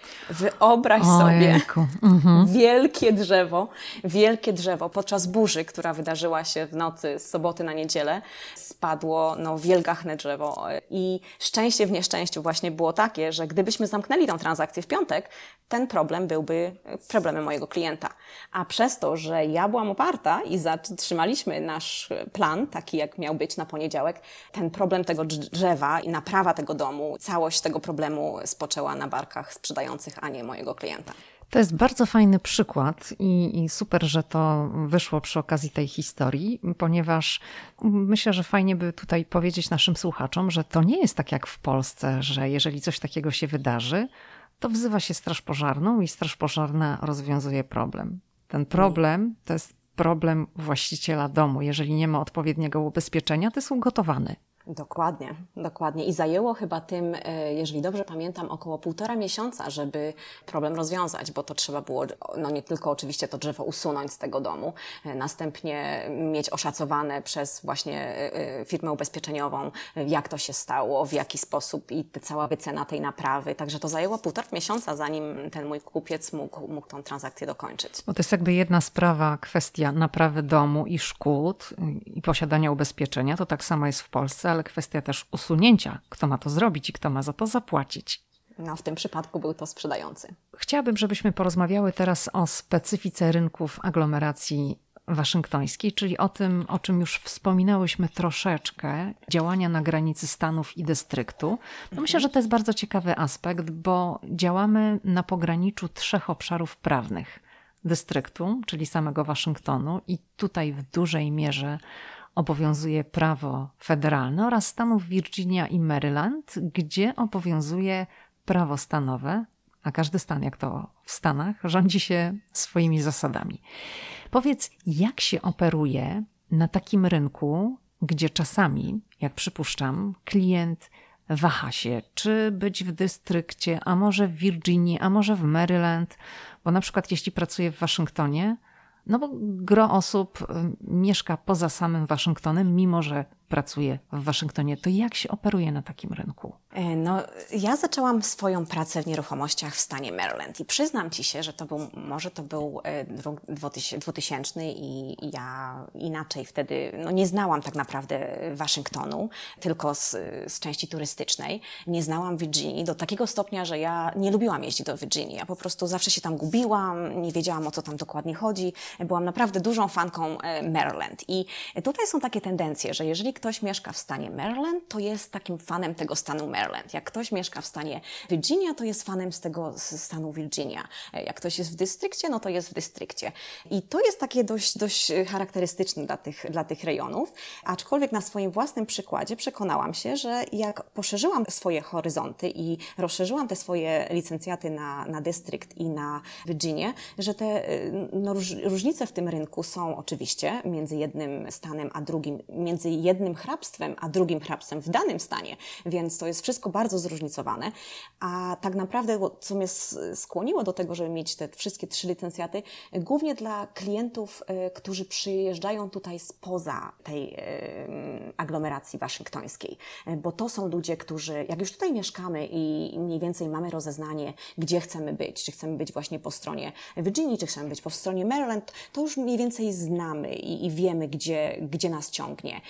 Wyobraź sobie, mhm. wielkie drzewo, wielkie drzewo podczas burzy, która wydarzyła się w nocy z soboty na niedzielę, spadło no, wielgachne drzewo i szczęście w nieszczęściu właśnie było takie, że gdybyśmy zamknęli tę transakcję w piątek, ten problem byłby problemem mojego klienta. A przez to, że ja byłam oparta i zatrzymaliśmy nasz plan, taki jak miał być na poniedziałek, ten problem tego drzewa i naprawa tego domu, całość tego problemu spoczęła na barkach sprzedających, a nie mojego klienta.
To jest bardzo fajny przykład i, i super, że to wyszło przy okazji tej historii, ponieważ myślę, że fajnie by tutaj powiedzieć naszym słuchaczom, że to nie jest tak jak w Polsce, że jeżeli coś takiego się wydarzy, to wzywa się straż pożarną i straż pożarna rozwiązuje problem. Ten problem to jest problem właściciela domu. Jeżeli nie ma odpowiedniego ubezpieczenia, to jest ugotowany.
Dokładnie, dokładnie. I zajęło chyba tym, jeżeli dobrze pamiętam, około półtora miesiąca, żeby problem rozwiązać, bo to trzeba było, no nie tylko oczywiście to drzewo usunąć z tego domu, następnie mieć oszacowane przez właśnie firmę ubezpieczeniową, jak to się stało, w jaki sposób i cała wycena tej naprawy. Także to zajęło półtora miesiąca, zanim ten mój kupiec mógł, mógł tą transakcję dokończyć.
Bo to jest jakby jedna sprawa, kwestia naprawy domu i szkód i posiadania ubezpieczenia. To tak samo jest w Polsce, ale kwestia też usunięcia, kto ma to zrobić i kto ma za to zapłacić.
No, w tym przypadku był to sprzedający.
Chciałabym, żebyśmy porozmawiały teraz o specyfice rynków aglomeracji waszyngtońskiej, czyli o tym, o czym już wspominałyśmy troszeczkę, działania na granicy stanów i dystryktu. No mhm. Myślę, że to jest bardzo ciekawy aspekt, bo działamy na pograniczu trzech obszarów prawnych. Dystryktu, czyli samego Waszyngtonu i tutaj w dużej mierze obowiązuje prawo federalne oraz stanów Virginia i Maryland, gdzie obowiązuje prawo stanowe, a każdy stan, jak to w Stanach, rządzi się swoimi zasadami. Powiedz, jak się operuje na takim rynku, gdzie czasami, jak przypuszczam, klient waha się, czy być w dystrykcie, a może w Virginii, a może w Maryland, bo na przykład jeśli pracuje w Waszyngtonie, no bo gro osób mieszka poza samym Waszyngtonem, mimo że pracuje w Waszyngtonie. To jak się operuje na takim rynku?
No, ja zaczęłam swoją pracę w nieruchomościach w stanie Maryland i przyznam Ci się, że to był, może to był rok dwutysięczny i ja inaczej wtedy, no nie znałam tak naprawdę Waszyngtonu, tylko z, z części turystycznej. Nie znałam Virginii do takiego stopnia, że ja nie lubiłam jeździć do Virginii. Ja po prostu zawsze się tam gubiłam, nie wiedziałam, o co tam dokładnie chodzi. Byłam naprawdę dużą fanką Maryland i tutaj są takie tendencje, że jeżeli ktoś mieszka w stanie Maryland, to jest takim fanem tego stanu Maryland. Jak ktoś mieszka w stanie Virginia, to jest fanem z tego stanu Virginia. Jak ktoś jest w dystrykcie, no to jest w dystrykcie. I to jest takie dość, dość charakterystyczne dla tych, dla tych rejonów. Aczkolwiek na swoim własnym przykładzie przekonałam się, że jak poszerzyłam swoje horyzonty i rozszerzyłam te swoje licencjaty na, na dystrykt i na Virginię, że te no, róż, różnice w tym rynku są oczywiście między jednym stanem a drugim, między jednym hrabstwem a drugim hrabstwem w danym stanie, więc to jest wszystko bardzo zróżnicowane, a tak naprawdę co mnie skłoniło do tego, żeby mieć te wszystkie trzy licencjaty, głównie dla klientów, którzy przyjeżdżają tutaj spoza tej aglomeracji waszyngtońskiej, bo to są ludzie, którzy, jak już tutaj mieszkamy i mniej więcej mamy rozeznanie, gdzie chcemy być, czy chcemy być właśnie po stronie Virginii, czy chcemy być po stronie Maryland, to już mniej więcej znamy i, i wiemy, gdzie, gdzie nas ciągnie. A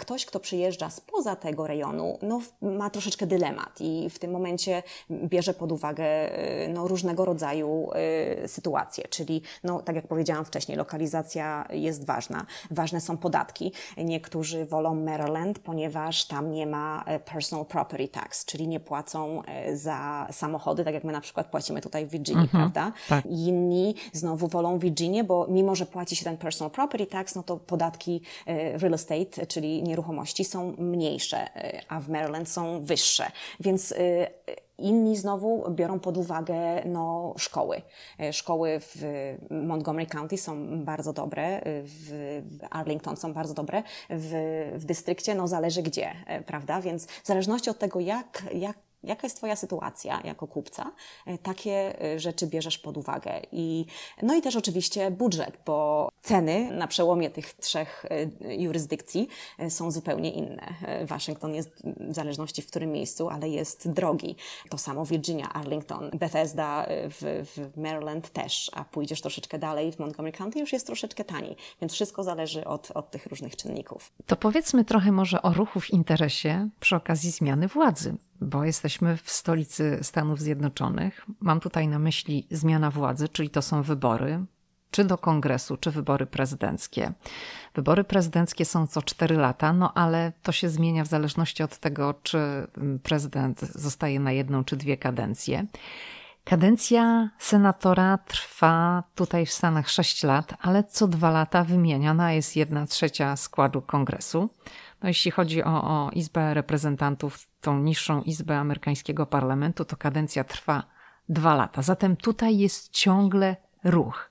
ktoś, kto przyjeżdża spoza tego rejonu, no, ma troszeczkę dylemat i w tym momencie bierze pod uwagę no, różnego rodzaju y, sytuacje, czyli no, tak jak powiedziałam wcześniej, lokalizacja jest ważna. Ważne są podatki. Niektórzy wolą Maryland, ponieważ tam nie ma personal property tax, czyli nie płacą za samochody, tak jak my na przykład płacimy tutaj w Virginii, mhm, prawda? Tak. Inni znowu wolą Virginię, bo mimo, że płaci się ten personal property tax, no to podatki real estate, czyli nieruchomości są mniejsze, a w Maryland są wyższe. Więc inni znowu biorą pod uwagę no, szkoły. Szkoły w Montgomery County są bardzo dobre, w Arlington są bardzo dobre, w, w dystrykcie no zależy gdzie, prawda? Więc w zależności od tego, jak, jak jaka jest Twoja sytuacja jako kupca, takie rzeczy bierzesz pod uwagę. I, no i też oczywiście budżet, bo ceny na przełomie tych trzech jurysdykcji są zupełnie inne. Waszyngton jest w zależności w którym miejscu, ale jest drogi. To samo Virginia, Arlington, Bethesda w, w Maryland też, a pójdziesz troszeczkę dalej w Montgomery County już jest troszeczkę taniej. Więc wszystko zależy od, od tych różnych czynników.
To powiedzmy trochę może o ruchu w interesie przy okazji zmiany władzy, bo jesteśmy w stolicy Stanów Zjednoczonych. Mam tutaj na myśli zmiana władzy, czyli to są wybory, czy do kongresu, czy wybory prezydenckie. Wybory prezydenckie są co cztery lata, no ale to się zmienia w zależności od tego, czy prezydent zostaje na jedną, czy dwie kadencje. Kadencja senatora trwa tutaj w Stanach sześć lat, ale co dwa lata wymieniana jest jedna trzecia składu kongresu. No jeśli chodzi o, o Izbę Reprezentantów, tą niższą Izbę amerykańskiego parlamentu, to kadencja trwa dwa lata. Zatem tutaj jest ciągle ruch.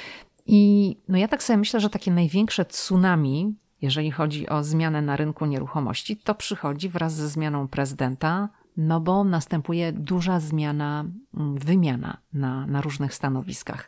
I no ja tak sobie myślę, że takie największe tsunami, jeżeli chodzi o zmianę na rynku nieruchomości, to przychodzi wraz ze zmianą prezydenta, no bo następuje duża zmiana, wymiana na, na różnych stanowiskach.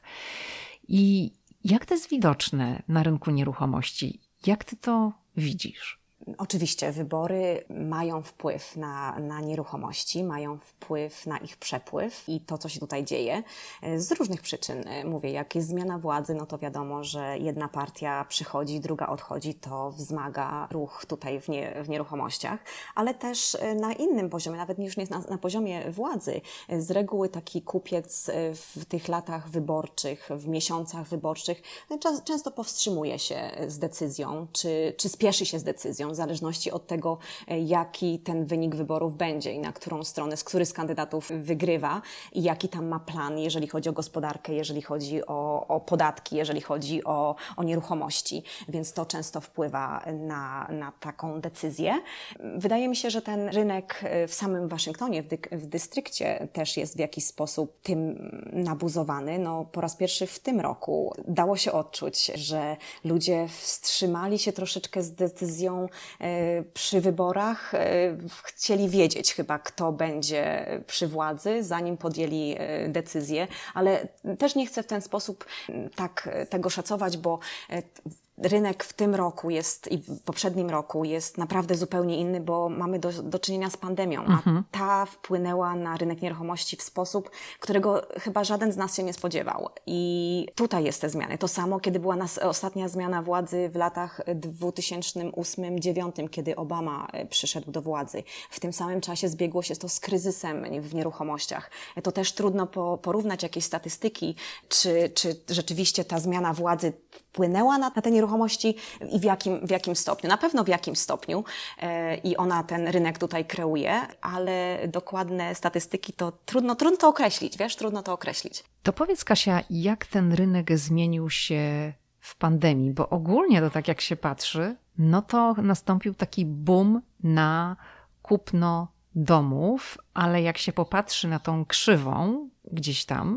I jak to jest widoczne na rynku nieruchomości? Jak ty to widzisz?
Oczywiście wybory mają wpływ na, na nieruchomości, mają wpływ na ich przepływ i to, co się tutaj dzieje z różnych przyczyn. Mówię, jak jest zmiana władzy, no to wiadomo, że jedna partia przychodzi, druga odchodzi, to wzmaga ruch tutaj w, nie, w nieruchomościach, ale też na innym poziomie, nawet niż na, na poziomie władzy. Z reguły taki kupiec w tych latach wyborczych, w miesiącach wyborczych często powstrzymuje się z decyzją, czy, czy spieszy się z decyzją, w zależności od tego, jaki ten wynik wyborów będzie i na którą stronę, z który z kandydatów wygrywa i jaki tam ma plan, jeżeli chodzi o gospodarkę, jeżeli chodzi o, o podatki, jeżeli chodzi o, o nieruchomości. Więc to często wpływa na, na taką decyzję. Wydaje mi się, że ten rynek w samym Waszyngtonie, w, dy, w dystrykcie też jest w jakiś sposób tym nabuzowany. No, po raz pierwszy w tym roku dało się odczuć, że ludzie wstrzymali się troszeczkę z decyzją przy wyborach, chcieli wiedzieć chyba, kto będzie przy władzy, zanim podjęli decyzję, ale też nie chcę w ten sposób tak tego szacować, bo rynek w tym roku jest i w poprzednim roku jest naprawdę zupełnie inny, bo mamy do, do czynienia z pandemią, mhm. a ta wpłynęła na rynek nieruchomości w sposób, którego chyba żaden z nas się nie spodziewał. I tutaj jest te zmiany. To samo, kiedy była nas ostatnia zmiana władzy w latach dwa tysiące ósmym do dwa tysiące dziewiątym, kiedy Obama przyszedł do władzy. W tym samym czasie zbiegło się to z kryzysem w nieruchomościach. To też trudno po, porównać jakieś statystyki, czy, czy rzeczywiście ta zmiana władzy wpłynęła na, na te nieruchomości i w jakim, w jakim stopniu. Na pewno w jakim stopniu e, i ona ten rynek tutaj kreuje, ale dokładne statystyki to trudno, trudno to określić, wiesz, trudno to określić.
To powiedz, Kasia, jak ten rynek zmienił się w pandemii, bo ogólnie to tak jak się patrzy, no to nastąpił taki boom na kupno domów, ale jak się popatrzy na tą krzywą gdzieś tam,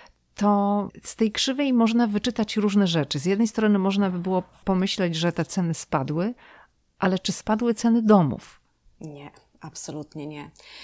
to z tej krzywej można wyczytać różne rzeczy. Z jednej strony można by było pomyśleć, że te ceny spadły, ale czy spadły ceny domów?
Nie, absolutnie nie.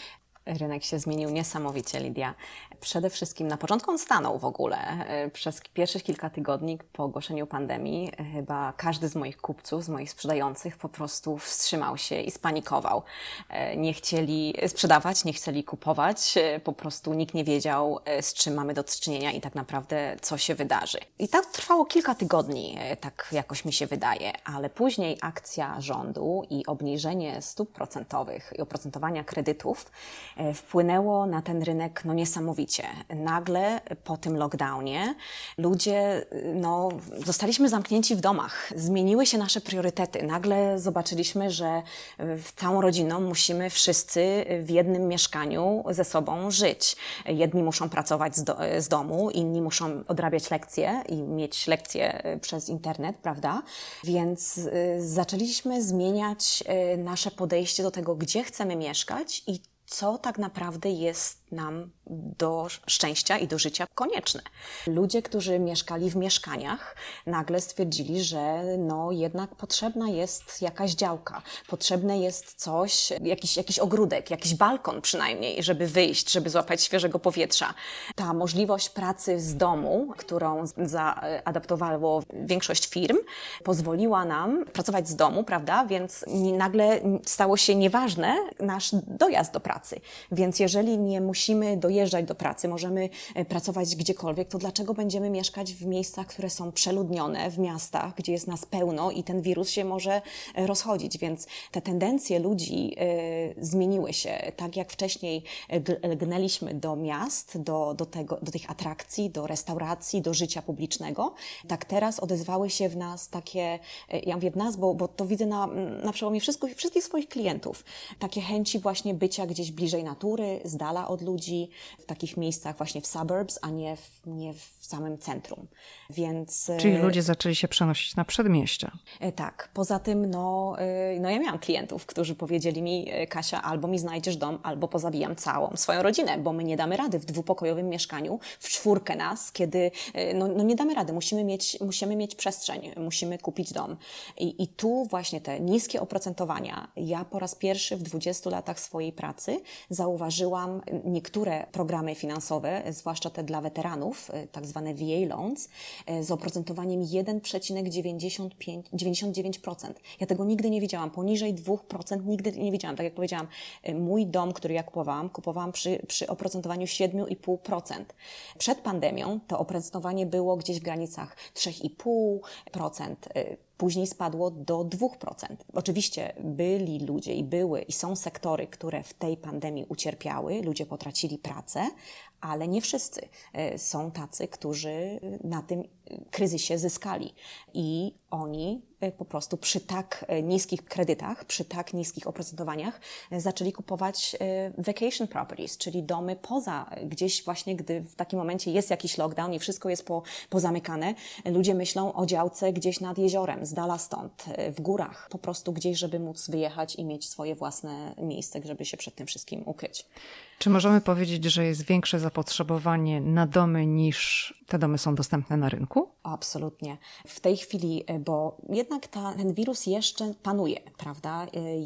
Rynek się zmienił niesamowicie, Lidia. Przede wszystkim na początku on stanął w ogóle. Przez pierwszych kilka tygodni po ogłoszeniu pandemii chyba każdy z moich kupców, z moich sprzedających po prostu wstrzymał się i spanikował. Nie chcieli sprzedawać, nie chcieli kupować, po prostu nikt nie wiedział, z czym mamy do czynienia i tak naprawdę co się wydarzy. I tak trwało kilka tygodni, tak jakoś mi się wydaje, ale później akcja rządu i obniżenie stóp procentowych i oprocentowania kredytów wpłynęło na ten rynek no niesamowicie. Nagle po tym lockdownie ludzie, no zostaliśmy zamknięci w domach. Zmieniły się nasze priorytety. Nagle zobaczyliśmy, że całą rodziną musimy wszyscy w jednym mieszkaniu ze sobą żyć. Jedni muszą pracować z, do, z domu, inni muszą odrabiać lekcje i mieć lekcje przez internet, prawda? Więc y, zaczęliśmy zmieniać y, nasze podejście do tego, gdzie chcemy mieszkać i co tak naprawdę jest nam do szczęścia i do życia konieczne. Ludzie, którzy mieszkali w mieszkaniach, nagle stwierdzili, że no jednak potrzebna jest jakaś działka, potrzebne jest coś, jakiś, jakiś ogródek, jakiś balkon przynajmniej, żeby wyjść, żeby złapać świeżego powietrza. Ta możliwość pracy z domu, którą zaadaptowało większość firm, pozwoliła nam pracować z domu, prawda? Więc nagle stało się nieważne nasz dojazd do pracy. Więc jeżeli nie musimy dojeżdżać do pracy, możemy pracować gdziekolwiek, to dlaczego będziemy mieszkać w miejscach, które są przeludnione, w miastach, gdzie jest nas pełno i ten wirus się może rozchodzić. Więc te tendencje ludzi y, zmieniły się. Tak jak wcześniej gnęliśmy do miast, do, do, tego, do tych atrakcji, do restauracji, do życia publicznego, tak teraz odezwały się w nas takie, ja mówię w nas, bo, bo to widzę na, na przełomie wszystkich, wszystkich swoich klientów, takie chęci właśnie bycia gdzieś bliżej natury, z dala od ludzi, w takich miejscach właśnie w suburbs, a nie w, nie w samym centrum. Więc,
Czyli ludzie zaczęli się przenosić na przedmieścia.
Tak. Poza tym, no, no ja miałam klientów, którzy powiedzieli mi, Kasia, albo mi znajdziesz dom, albo pozabijam całą swoją rodzinę, bo my nie damy rady w dwupokojowym mieszkaniu, w czwórkę nas, kiedy, no, no nie damy rady, musimy mieć, musimy mieć przestrzeń, musimy kupić dom. I, I tu właśnie te niskie oprocentowania, ja po raz pierwszy w dwudziestu latach swojej pracy zauważyłam niektóre programy finansowe, zwłaszcza te dla weteranów, tak zwane V A loans, z oprocentowaniem jeden przecinek dziewięćdziesiąt dziewięć procent. Ja tego nigdy nie widziałam. Poniżej dwa procent nigdy nie widziałam. Tak jak powiedziałam, mój dom, który ja kupowałam, kupowałam przy, przy oprocentowaniu siedem i pół procent. Przed pandemią to oprocentowanie było gdzieś w granicach trzy i pół procent. Później spadło do dwa procent. Oczywiście byli ludzie i były i są sektory, które w tej pandemii ucierpiały, ludzie potracili pracę, ale nie wszyscy. Są tacy, którzy na tym kryzysie zyskali i oni po prostu przy tak niskich kredytach, przy tak niskich oprocentowaniach zaczęli kupować vacation properties, czyli domy poza, gdzieś właśnie, gdy w takim momencie jest jakiś lockdown i wszystko jest po, pozamykane, ludzie myślą o działce gdzieś nad jeziorem, z dala stąd, w górach, po prostu gdzieś, żeby móc wyjechać i mieć swoje własne miejsce, żeby się przed tym wszystkim ukryć.
Czy możemy powiedzieć, że jest większe zapotrzebowanie na domy niż te domy są dostępne na rynku?
Absolutnie. W tej chwili, bo jednak ta, ten wirus jeszcze panuje, prawda?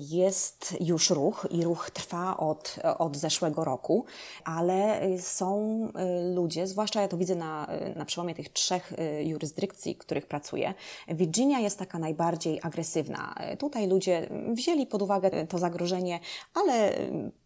Jest już ruch i ruch trwa od, od zeszłego roku, ale są ludzie, zwłaszcza ja to widzę na, na przełomie tych trzech jurysdykcji, w których pracuję. Virginia jest taka najbardziej agresywna. Tutaj ludzie wzięli pod uwagę to zagrożenie, ale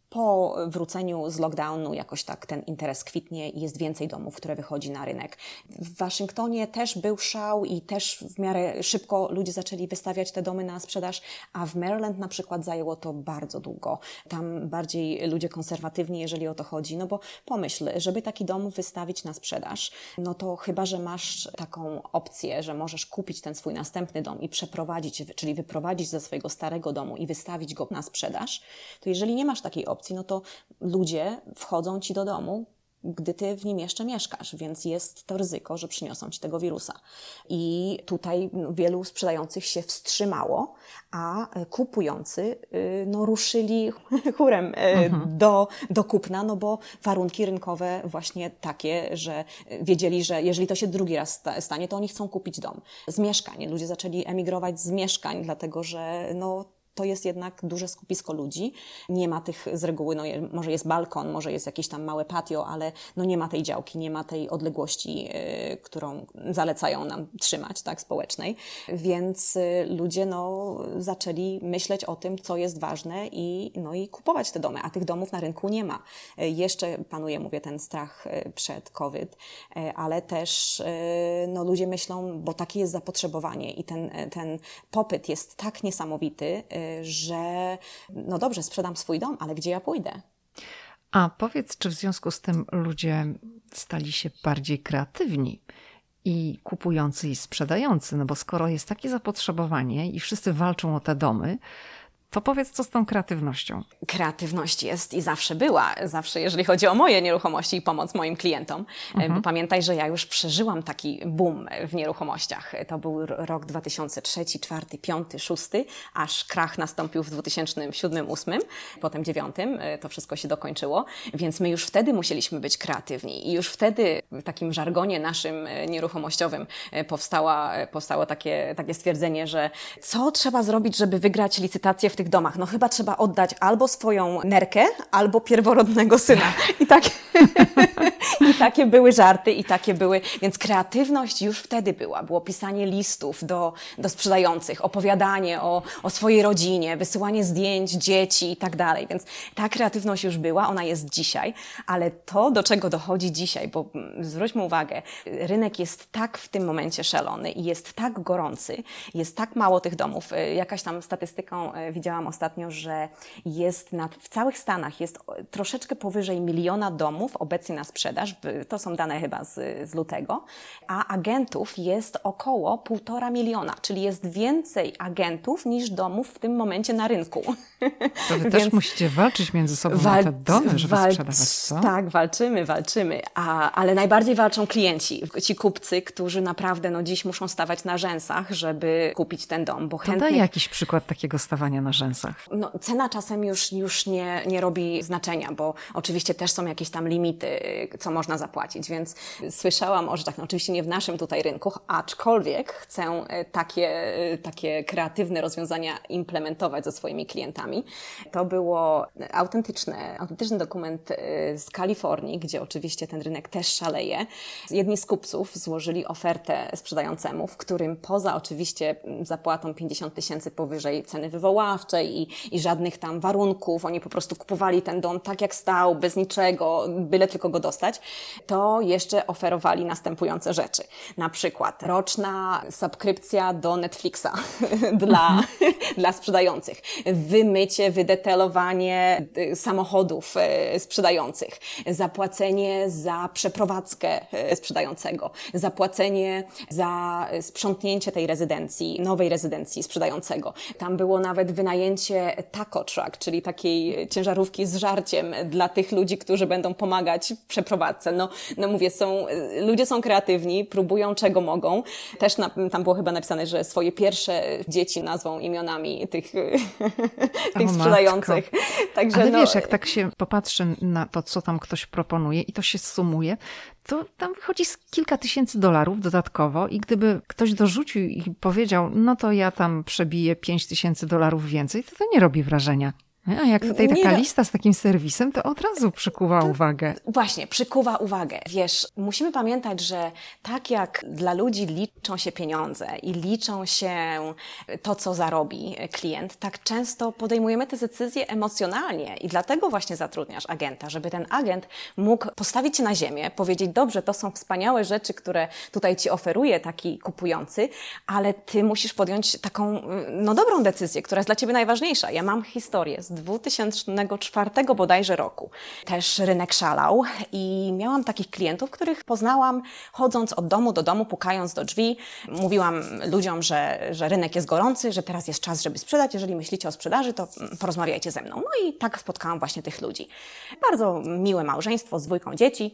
po wróceniu z lockdownu jakoś tak ten interes kwitnie i jest więcej domów, które wychodzi na rynek. W Waszyngtonie też był szał i też w miarę szybko ludzie zaczęli wystawiać te domy na sprzedaż, a w Maryland na przykład zajęło to bardzo długo. Tam bardziej ludzie konserwatywni, jeżeli o to chodzi, no bo pomyśl, żeby taki dom wystawić na sprzedaż, no to chyba, że masz taką opcję, że możesz kupić ten swój następny dom i przeprowadzić, czyli wyprowadzić ze swojego starego domu i wystawić go na sprzedaż, to jeżeli nie masz takiej opcji, no to ludzie wchodzą ci do domu, gdy ty w nim jeszcze mieszkasz, więc jest to ryzyko, że przyniosą ci tego wirusa. I tutaj wielu sprzedających się wstrzymało, a kupujący no, ruszyli chórem mhm. do, do kupna, no bo warunki rynkowe właśnie takie, że wiedzieli, że jeżeli to się drugi raz stanie, to oni chcą kupić dom. Z mieszkań. Ludzie zaczęli emigrować z mieszkań, dlatego że no, to jest jednak duże skupisko ludzi. Nie ma tych z reguły, no może jest balkon, może jest jakieś tam małe patio, ale no nie ma tej działki, nie ma tej odległości, yy, którą zalecają nam trzymać, tak, społecznej. Więc yy, ludzie no zaczęli myśleć o tym, co jest ważne i, no i kupować te domy, a tych domów na rynku nie ma. Yy, jeszcze panuje, mówię, ten strach yy, przed COVID, yy, ale też yy, no ludzie myślą, bo takie jest zapotrzebowanie i ten, yy, ten popyt jest tak niesamowity, yy, że no dobrze, sprzedam swój dom, ale gdzie ja pójdę?
A powiedz, czy w związku z tym ludzie stali się bardziej kreatywni i kupujący i sprzedający? No bo skoro jest takie zapotrzebowanie i wszyscy walczą o te domy, to powiedz, co z tą kreatywnością?
Kreatywność jest i zawsze była. Zawsze, jeżeli chodzi o moje nieruchomości i pomoc moim klientom. Mhm. Bo pamiętaj, że ja już przeżyłam taki boom w nieruchomościach. To był rok dwa tysiące trzeci, czwarty, piąty, szósty, aż krach nastąpił w dwa tysiące siódmym, ósmym, potem dziewiątym. To wszystko się dokończyło. Więc my już wtedy musieliśmy być kreatywni. I już wtedy w takim żargonie naszym nieruchomościowym powstała, powstało takie, takie stwierdzenie, że co trzeba zrobić, żeby wygrać licytację w tych domach? No chyba trzeba oddać albo swoją nerkę, albo pierworodnego syna. I, tak, I takie były żarty, i takie były, więc kreatywność już wtedy była. Było pisanie listów do, do sprzedających, opowiadanie o, o swojej rodzinie, wysyłanie zdjęć, dzieci i tak dalej. Więc ta kreatywność już była, ona jest dzisiaj, ale to, do czego dochodzi dzisiaj, bo zwróćmy uwagę, rynek jest tak w tym momencie szalony i jest tak gorący, jest tak mało tych domów. Jakaś tam statystyką widziałam ostatnio, że jest na, w całych Stanach jest troszeczkę powyżej miliona domów obecnie na sprzedaż. To są dane chyba z, z lutego. A agentów jest około półtora miliona, czyli jest więcej agentów niż domów w tym momencie na rynku.
To wy
Więc
też musicie walczyć między sobą
wal-
na te domy, żeby
walcz-
sprzedawać, co?
Tak, walczymy, walczymy. A, ale najbardziej walczą klienci, ci kupcy, którzy naprawdę no, dziś muszą stawać na rzęsach, żeby kupić ten dom. Bo
To
chętnych...
daj jakiś przykład takiego stawania na rzęsach.
No, cena czasem już, już nie, nie robi znaczenia, bo oczywiście też są jakieś tam limity, co można zapłacić, więc słyszałam o rzeczach, no oczywiście nie w naszym tutaj rynku, aczkolwiek chcę takie, takie kreatywne rozwiązania implementować ze swoimi klientami. To było autentyczne, autentyczny dokument z Kalifornii, gdzie oczywiście ten rynek też szaleje. Jedni z kupców złożyli ofertę sprzedającemu, w którym poza oczywiście zapłatą pięćdziesiąt tysięcy powyżej ceny wywoławczej i, i żadnych tam warunków, oni po prostu kupowali ten dom tak jak stał, bez niczego, byle tylko go dostać, to jeszcze oferowali następujące rzeczy. Na przykład roczna subskrypcja do Netflixa dla, dla sprzedających, wymycie, wydetelowanie samochodów sprzedających, zapłacenie za przeprowadzkę sprzedającego, zapłacenie za sprzątnięcie tej rezydencji, nowej rezydencji sprzedającego. Tam było nawet wynajęcie taco truck, czyli takiej ciężarówki z żarciem dla tych ludzi, którzy będą pomagać w przeprowadzce. No, no mówię, są, ludzie są kreatywni, próbują czego mogą. Też na, tam było chyba napisane, że swoje pierwsze dzieci nazwą imionami tych, tych sprzedających. Także
ale
no,
wiesz, jak tak się popatrzy na to, co tam ktoś proponuje i to się sumuje, to tam wychodzi z kilka tysięcy dolarów dodatkowo i gdyby ktoś dorzucił i powiedział, no to ja tam przebiję pięć tysięcy dolarów więcej, to to nie robi wrażenia. A jak tutaj taka
Nie.
lista z takim serwisem, to od razu przykuwa uwagę.
Właśnie, przykuwa uwagę. Wiesz, musimy pamiętać, że tak jak dla ludzi liczą się pieniądze i liczą się to, co zarobi klient, tak często podejmujemy te decyzje emocjonalnie i dlatego właśnie zatrudniasz agenta, żeby ten agent mógł postawić się na ziemię, powiedzieć, dobrze, to są wspaniałe rzeczy, które tutaj ci oferuje taki kupujący, ale ty musisz podjąć taką, no dobrą decyzję, która jest dla ciebie najważniejsza. Ja mam historię z dwa tysiące czwartego bodajże roku. Też rynek szalał i miałam takich klientów, których poznałam chodząc od domu do domu, pukając do drzwi. Mówiłam ludziom, że, że rynek jest gorący, że teraz jest czas, żeby sprzedać. Jeżeli myślicie o sprzedaży, to porozmawiajcie ze mną. No i tak spotkałam właśnie tych ludzi. Bardzo miłe małżeństwo z dwójką dzieci.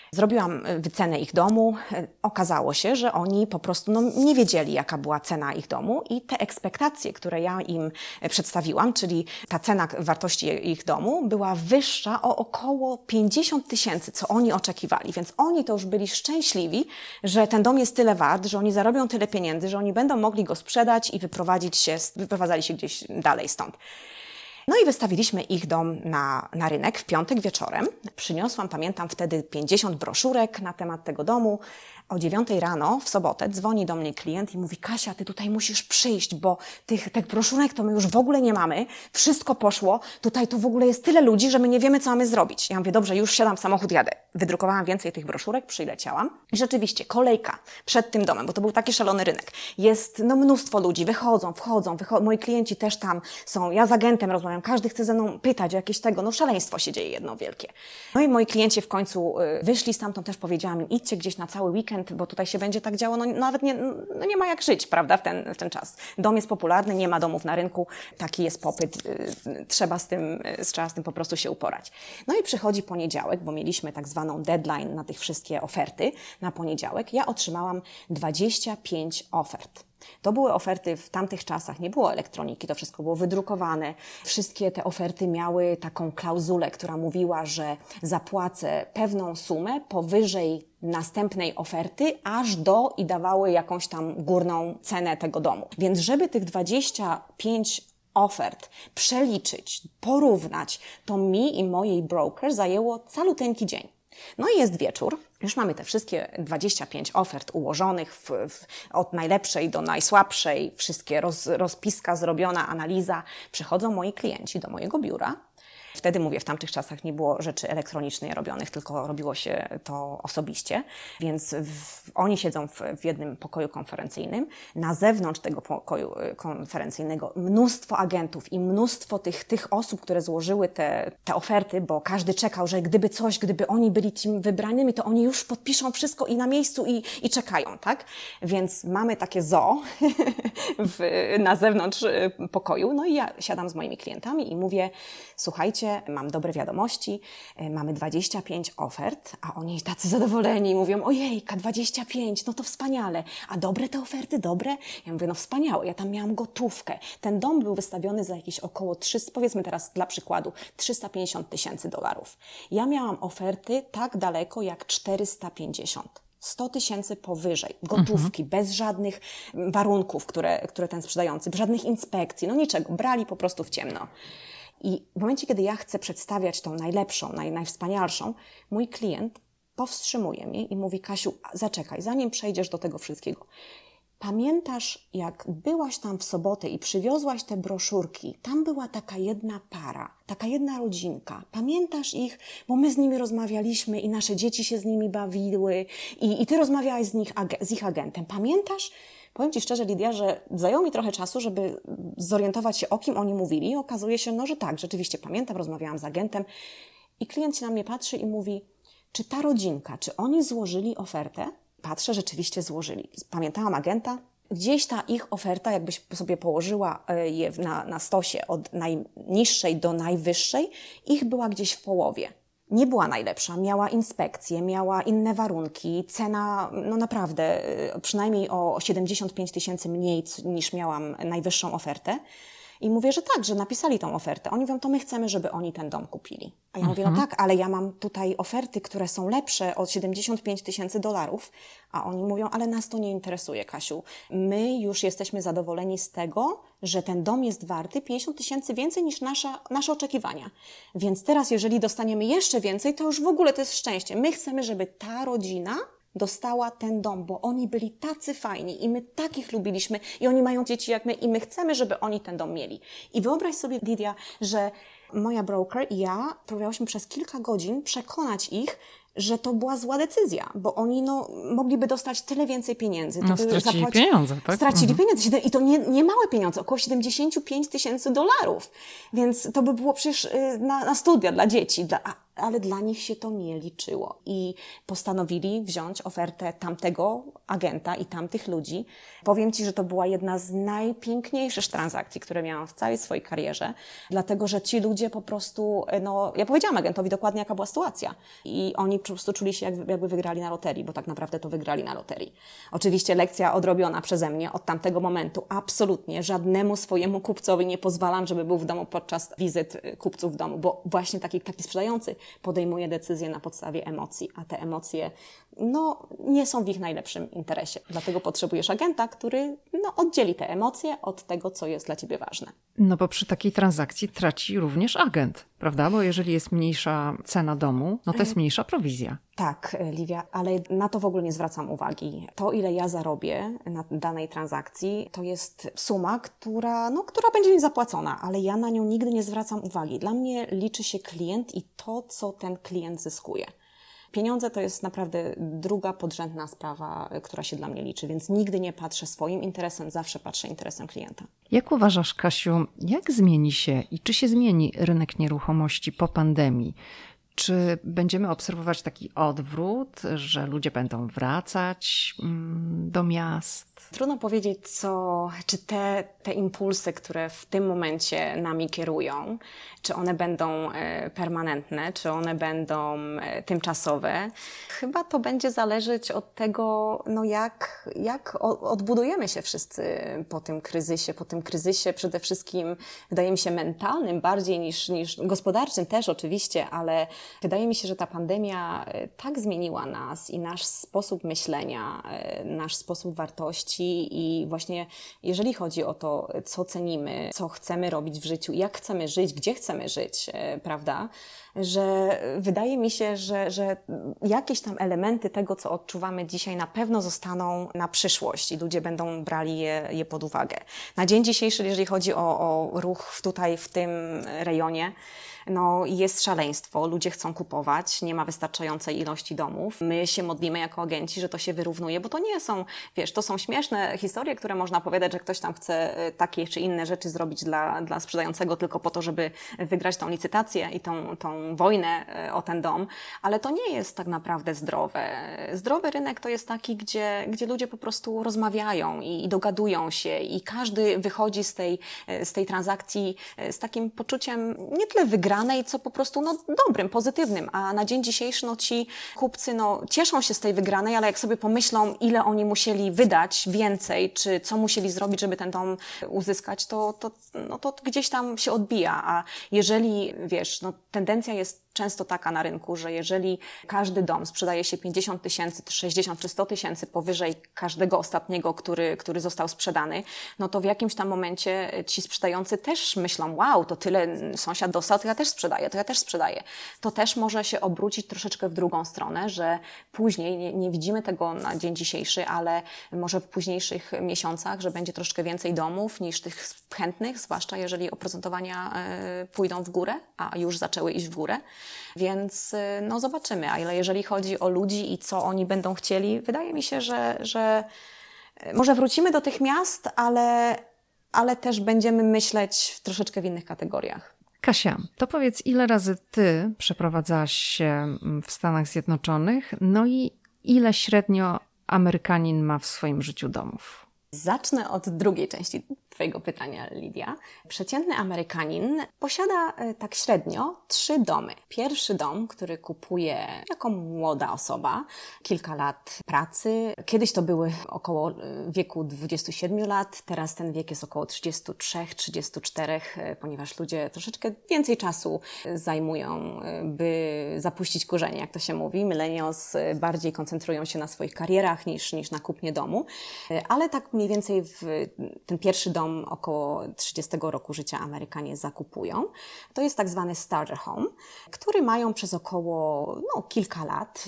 Zrobiłam wycenę ich domu. Okazało się, że oni po prostu no, nie wiedzieli, jaka była cena ich domu i te ekspektacje, które ja im przedstawiłam, czyli ta cena wartości ich domu była wyższa o około pięćdziesiąt tysięcy, co oni oczekiwali. Więc oni to już byli szczęśliwi, że ten dom jest tyle wart, że oni zarobią tyle pieniędzy, że oni będą mogli go sprzedać i wyprowadzić się, wyprowadzali się gdzieś dalej stąd. No i wystawiliśmy ich dom na, na rynek w piątek wieczorem. Przyniosłam, pamiętam wtedy, pięćdziesiąt broszurek na temat tego domu. O dziewiątej rano w sobotę dzwoni do mnie klient i mówi: Kasia, ty tutaj musisz przyjść, bo tych, tych broszurek to my już w ogóle nie mamy. Wszystko poszło. Tutaj to w ogóle jest tyle ludzi, że my nie wiemy, co mamy zrobić. Ja mówię: dobrze, już siadam w samochód, jadę. Wydrukowałam więcej tych broszurek, przyleciałam. I rzeczywiście kolejka przed tym domem, bo to był taki szalony rynek. Jest no mnóstwo ludzi, wychodzą, wchodzą, wychodzą. Moi klienci też tam są. Ja z agentem rozmawiam, każdy chce ze mną pytać o jakieś tego. No szaleństwo się dzieje jedno wielkie. No i moi klienci w końcu y, wyszli stamtąd, też powiedziałam im: idźcie gdzieś na cały weekend, bo tutaj się będzie tak działo, no nawet nie, no nie ma jak żyć, prawda, w ten, w ten czas. Dom jest popularny, nie ma domów na rynku, taki jest popyt, yy, trzeba z tym, yy, trzeba z tym po prostu się uporać. No i przychodzi poniedziałek, bo mieliśmy tak zwaną deadline na tych wszystkie oferty na poniedziałek. Ja otrzymałam dwadzieścia pięć ofert. To były oferty w tamtych czasach, nie było elektroniki, to wszystko było wydrukowane. Wszystkie te oferty miały taką klauzulę, która mówiła, że zapłacę pewną sumę powyżej następnej oferty, aż do i dawały jakąś tam górną cenę tego domu. Więc żeby tych dwadzieścia pięć ofert przeliczyć, porównać, to mi i mojej broker zajęło caluteńki dzień. No i jest wieczór, już mamy te wszystkie dwadzieścia pięć ofert ułożonych w, w, od najlepszej do najsłabszej, wszystkie roz, rozpiska zrobiona, analiza. Przychodzą moi klienci do mojego biura. Wtedy, mówię, w tamtych czasach nie było rzeczy elektronicznie robionych, tylko robiło się to osobiście, więc w, oni siedzą w, w jednym pokoju konferencyjnym. Na zewnątrz tego pokoju konferencyjnego mnóstwo agentów i mnóstwo tych, tych osób, które złożyły te, te oferty, bo każdy czekał, że gdyby coś, gdyby oni byli tymi wybranymi, to oni już podpiszą wszystko i na miejscu i, i czekają, tak? Więc mamy takie zoo w, na zewnątrz pokoju. No i ja siadam z moimi klientami i mówię: słuchajcie, mam dobre wiadomości, mamy dwadzieścia pięć ofert, a oni tacy zadowoleni mówią: ojejka, dwadzieścia pięć, no to wspaniale. A dobre te oferty, dobre? Ja mówię: no wspaniałe, ja tam miałam gotówkę. Ten dom był wystawiony za jakieś około trzysta, powiedzmy teraz dla przykładu, trzysta pięćdziesiąt tysięcy dolarów. Ja miałam oferty tak daleko jak czterysta pięćdziesiąt. sto tysięcy powyżej, gotówki, mhm. bez żadnych warunków, które, które ten sprzedający, bez żadnych inspekcji, no niczego, brali po prostu w ciemno. I w momencie, kiedy ja chcę przedstawiać tą najlepszą, naj, najwspanialszą, mój klient powstrzymuje mnie i mówi: Kasiu, zaczekaj, zanim przejdziesz do tego wszystkiego. Pamiętasz, jak byłaś tam w sobotę i przywiozłaś te broszurki? Tam była taka jedna para, taka jedna rodzinka. Pamiętasz ich? Bo my z nimi rozmawialiśmy i nasze dzieci się z nimi bawiły i, i ty rozmawiałaś z, nich, z ich agentem. Pamiętasz? Powiem Ci szczerze, Lidia, że zajęło mi trochę czasu, żeby zorientować się, o kim oni mówili. I okazuje się, no, że tak, rzeczywiście pamiętam, rozmawiałam z agentem i klient się na mnie patrzy i mówi: czy ta rodzinka, czy oni złożyli ofertę? Patrzę, rzeczywiście złożyli. Pamiętałam agenta. Gdzieś ta ich oferta, jakbyś sobie położyła je na, na stosie od najniższej do najwyższej, ich była gdzieś w połowie. Nie była najlepsza, miała inspekcje, miała inne warunki, cena no naprawdę przynajmniej o siedemdziesiąt pięć tysięcy mniej niż miałam najwyższą ofertę. I mówię, że tak, że napisali tą ofertę. Oni mówią: to my chcemy, żeby oni ten dom kupili. A ja mhm. mówię: no tak, ale ja mam tutaj oferty, które są lepsze o siedemdziesiąt pięć tysięcy dolarów. A oni mówią: ale nas to nie interesuje, Kasiu. My już jesteśmy zadowoleni z tego, że ten dom jest warty pięćdziesiąt tysięcy więcej niż nasza, nasze oczekiwania. Więc teraz, jeżeli dostaniemy jeszcze więcej, to już w ogóle to jest szczęście. My chcemy, żeby ta rodzina dostała ten dom, bo oni byli tacy fajni i my takich lubiliśmy i oni mają dzieci jak my i my chcemy, żeby oni ten dom mieli. I wyobraź sobie, Lidia, że moja broker i ja próbowałyśmy przez kilka godzin przekonać ich, że to była zła decyzja, bo oni no, mogliby dostać tyle więcej pieniędzy. To
no stracili zapłaci... pieniądze, tak?
Stracili
mhm.
pieniądze i to nie, nie małe pieniądze, około siedemdziesiąt pięć tysięcy dolarów. Więc to by było przecież na, na studia dla dzieci. Dla... A ale dla nich się to nie liczyło i postanowili wziąć ofertę tamtego agenta i tamtych ludzi. Powiem Ci, że to była jedna z najpiękniejszych transakcji, które miałam w całej swojej karierze, dlatego, że ci ludzie po prostu, no ja powiedziałam agentowi dokładnie, jaka była sytuacja i oni po prostu czuli się, jakby, jakby wygrali na loterii, bo tak naprawdę to wygrali na loterii. Oczywiście lekcja odrobiona przeze mnie od tamtego momentu. Absolutnie żadnemu swojemu kupcowi nie pozwalam, żeby był w domu podczas wizyt kupców w domu, bo właśnie taki, taki sprzedający podejmuje decyzje na podstawie emocji, a te emocje no, nie są w ich najlepszym interesie. Dlatego potrzebujesz agenta, który no, oddzieli te emocje od tego, co jest dla Ciebie ważne.
No bo przy takiej transakcji traci również agent, prawda? Bo jeżeli jest mniejsza cena domu, no to jest mniejsza prowizja.
Tak, Liwia, ale na to w ogóle nie zwracam uwagi. To, ile ja zarobię na danej transakcji, to jest suma, która, no, która będzie mi zapłacona, ale ja na nią nigdy nie zwracam uwagi. Dla mnie liczy się klient i to, co ten klient zyskuje. Pieniądze to jest naprawdę druga podrzędna sprawa, która się dla mnie liczy, więc nigdy nie patrzę swoim interesem, zawsze patrzę interesem klienta.
Jak uważasz, Kasiu, jak zmieni się i czy się zmieni rynek nieruchomości po pandemii? Czy będziemy obserwować taki odwrót, że ludzie będą wracać do miast?
Trudno powiedzieć, co, czy te, te impulsy, które w tym momencie nami kierują, czy one będą e, permanentne, czy one będą e, tymczasowe. Chyba to będzie zależeć od tego, no jak, jak odbudujemy się wszyscy po tym kryzysie, po tym kryzysie przede wszystkim, wydaje mi się, mentalnym bardziej niż, niż gospodarczym też oczywiście, ale wydaje mi się, że ta pandemia tak zmieniła nas i nasz sposób myślenia, nasz sposób wartości i właśnie jeżeli chodzi o to, co cenimy, co chcemy robić w życiu, jak chcemy żyć, gdzie chcemy żyć, prawda, że wydaje mi się, że, że jakieś tam elementy tego, co odczuwamy dzisiaj, na pewno zostaną na przyszłość i ludzie będą brali je, je pod uwagę. Na dzień dzisiejszy, jeżeli chodzi o, o ruch tutaj w tym rejonie, no jest szaleństwo, ludzie chcą kupować, nie ma wystarczającej ilości domów. My się modlimy jako agenci, że to się wyrównuje, bo to nie są, wiesz, to są śmieszne historie, które można powiedzieć, że ktoś tam chce takie czy inne rzeczy zrobić dla, dla sprzedającego tylko po to, żeby wygrać tą licytację i tą, tą wojnę o ten dom, ale to nie jest tak naprawdę zdrowe. Zdrowy rynek to jest taki, gdzie, gdzie ludzie po prostu rozmawiają i, i dogadują się i każdy wychodzi z tej, z tej transakcji z takim poczuciem nie tyle wygranej, co po prostu no, dobrym, pozytywnym. A na dzień dzisiejszy no, ci kupcy no, cieszą się z tej wygranej, ale jak sobie pomyślą, ile oni musieli wydać więcej, czy co musieli zrobić, żeby ten dom uzyskać, to, to, no, to gdzieś tam się odbija. A jeżeli, wiesz, no, tendencja jest często taka na rynku, że jeżeli każdy dom sprzedaje się pięćdziesiąt tysięcy, sześćdziesiąt czy sto tysięcy powyżej każdego ostatniego, który, który został sprzedany, no to w jakimś tam momencie ci sprzedający też myślą, wow, to tyle sąsiad dostał, to ja też sprzedaję, to ja też sprzedaję. To też może się obrócić troszeczkę w drugą stronę, że później, nie, nie widzimy tego na dzień dzisiejszy, ale może w późniejszych miesiącach, że będzie troszeczkę więcej domów niż tych chętnych, zwłaszcza jeżeli oprocentowania y, pójdą w górę, a już zaczęły iść w górę. Więc no zobaczymy, ale jeżeli chodzi o ludzi i co oni będą chcieli, wydaje mi się, że, że może wrócimy do tych miast, ale, ale też będziemy myśleć w troszeczkę w innych kategoriach.
Kasia, to powiedz, ile razy ty przeprowadzałaś się w Stanach Zjednoczonych, no i ile średnio Amerykanin ma w swoim życiu domów?
Zacznę od drugiej części Twojego pytania, Lidia. Przeciętny Amerykanin posiada tak średnio trzy domy. Pierwszy dom, który kupuje jako młoda osoba, kilka lat pracy. Kiedyś to były około wieku dwudziestu siedmiu lat, teraz ten wiek jest około trzydziestu trzech, trzydziestu czterech, ponieważ ludzie troszeczkę więcej czasu zajmują, by zapuścić korzenie, jak to się mówi. Millennials bardziej koncentrują się na swoich karierach niż, niż na kupnie domu, ale tak mniej więcej w ten pierwszy dom około trzydziestego roku życia Amerykanie zakupują. To jest tak zwany starter home, który mają przez około no, kilka lat,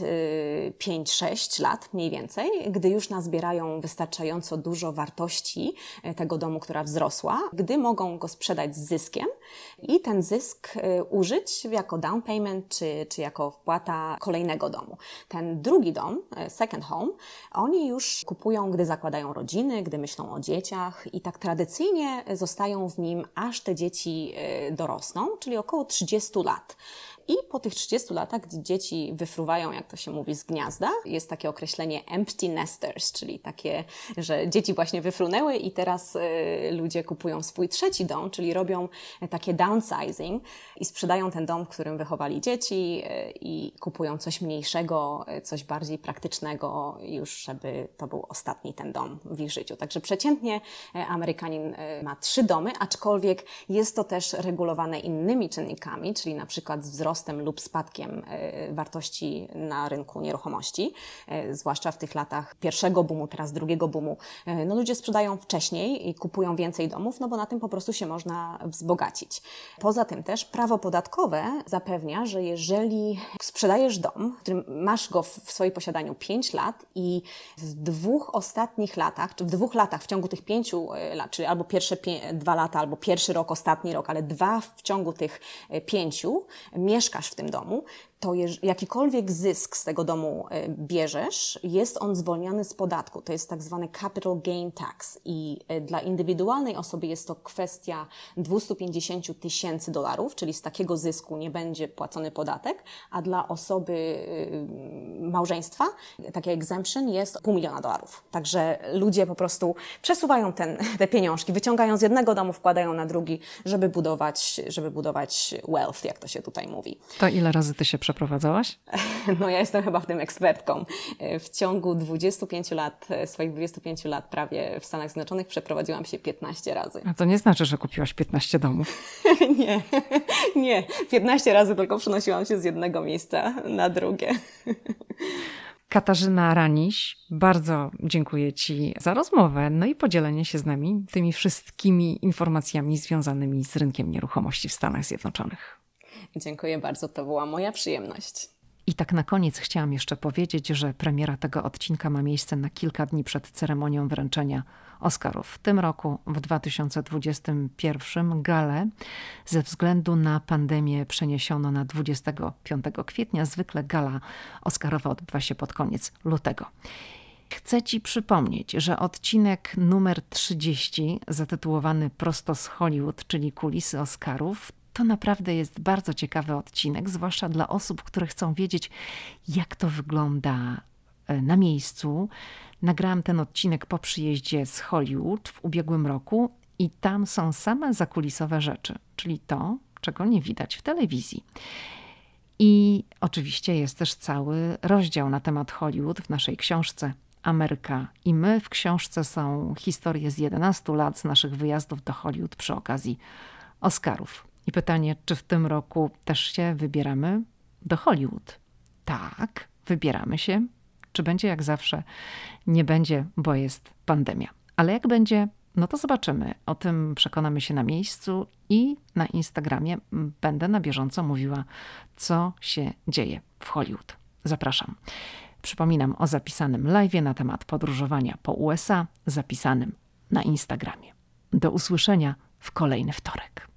pięć sześć lat mniej więcej, gdy już nazbierają wystarczająco dużo wartości tego domu, która wzrosła, gdy mogą go sprzedać z zyskiem i ten zysk użyć jako down payment czy, czy jako wpłata kolejnego domu. Ten drugi dom, second home, oni już kupują, gdy zakładają rodziny, gdy myślą o dzieciach i tak tradycyjnie zostają w nim, aż te dzieci dorosną, czyli około trzydziestu lat. I po tych trzydziestu latach, gdy dzieci wyfruwają, jak to się mówi, z gniazda, jest takie określenie empty nesters, czyli takie, że dzieci właśnie wyfrunęły i teraz y, ludzie kupują swój trzeci dom, czyli robią takie downsizing i sprzedają ten dom, w którym wychowali dzieci y, i kupują coś mniejszego, y, coś bardziej praktycznego już, żeby to był ostatni ten dom w ich życiu. Także przeciętnie y, Amerykanin y, ma trzy domy, aczkolwiek jest to też regulowane innymi czynnikami, czyli na przykład z wzrostem lub spadkiem y, wartości na rynku nieruchomości, y, zwłaszcza w tych latach pierwszego boomu, teraz drugiego boomu. Y, no ludzie sprzedają wcześniej i kupują więcej domów, no bo na tym po prostu się można wzbogacić. Poza tym też prawo podatkowe zapewnia, że jeżeli sprzedajesz dom, w którym masz go w swoim posiadaniu pięć lat i w dwóch ostatnich latach, czy w dwóch latach w ciągu tych pięciu lat, czyli albo pierwsze pie- dwa lata, albo pierwszy rok, ostatni rok, ale dwa w ciągu tych pięciu mieszkasz w tym domu, to jeż, jakikolwiek zysk z tego domu y, bierzesz, jest on zwolniony z podatku. To jest tak zwany capital gain tax i y, dla indywidualnej osoby jest to kwestia dwieście pięćdziesiąt tysięcy dolarów, czyli z takiego zysku nie będzie płacony podatek, a dla osoby y, małżeństwa takie exemption jest pół miliona dolarów. Także ludzie po prostu przesuwają ten, te pieniążki, wyciągają z jednego domu, wkładają na drugi, żeby budować, żeby budować wealth, jak to się tutaj mówi.
To ile razy ty się przeprowadzałaś?
No ja jestem chyba w tym ekspertką. W ciągu dwudziestu pięciu lat, swoich dwudziestu pięciu lat prawie w Stanach Zjednoczonych przeprowadziłam się piętnaście razy.
A to nie znaczy, że kupiłaś piętnaście domów.
Nie, nie. piętnaście razy tylko przenosiłam się z jednego miejsca na drugie.
Katarzyna Raniś, bardzo dziękuję Ci za rozmowę, no i podzielenie się z nami tymi wszystkimi informacjami związanymi z rynkiem nieruchomości w Stanach Zjednoczonych.
Dziękuję bardzo, to była moja przyjemność.
I tak na koniec chciałam jeszcze powiedzieć, że premiera tego odcinka ma miejsce na kilka dni przed ceremonią wręczenia Oscarów. W tym roku, w dwa tysiące dwudziestym pierwszym, galę ze względu na pandemię przeniesiono na dwudziestego piątego kwietnia. Zwykle gala Oscarowa odbywa się pod koniec lutego. Chcę Ci przypomnieć, że odcinek numer trzydzieści, zatytułowany Prosto z Hollywood, czyli kulisy Oscarów, to naprawdę jest bardzo ciekawy odcinek, zwłaszcza dla osób, które chcą wiedzieć, jak to wygląda na miejscu. Nagrałam ten odcinek po przyjeździe z Hollywood w ubiegłym roku i tam są same zakulisowe rzeczy, czyli to, czego nie widać w telewizji. I oczywiście jest też cały rozdział na temat Hollywood w naszej książce Ameryka i my. W książce są historie z jedenastu lat z naszych wyjazdów do Hollywood przy okazji Oscarów. I pytanie, czy w tym roku też się wybieramy do Hollywood? Tak, wybieramy się. Czy będzie jak zawsze? Nie będzie, bo jest pandemia. Ale jak będzie, no to zobaczymy. O tym przekonamy się na miejscu i na Instagramie będę na bieżąco mówiła, co się dzieje w Hollywood. Zapraszam. Przypominam o zapisanym live'ie na temat podróżowania po U S A, zapisanym na Instagramie. Do usłyszenia w kolejny wtorek.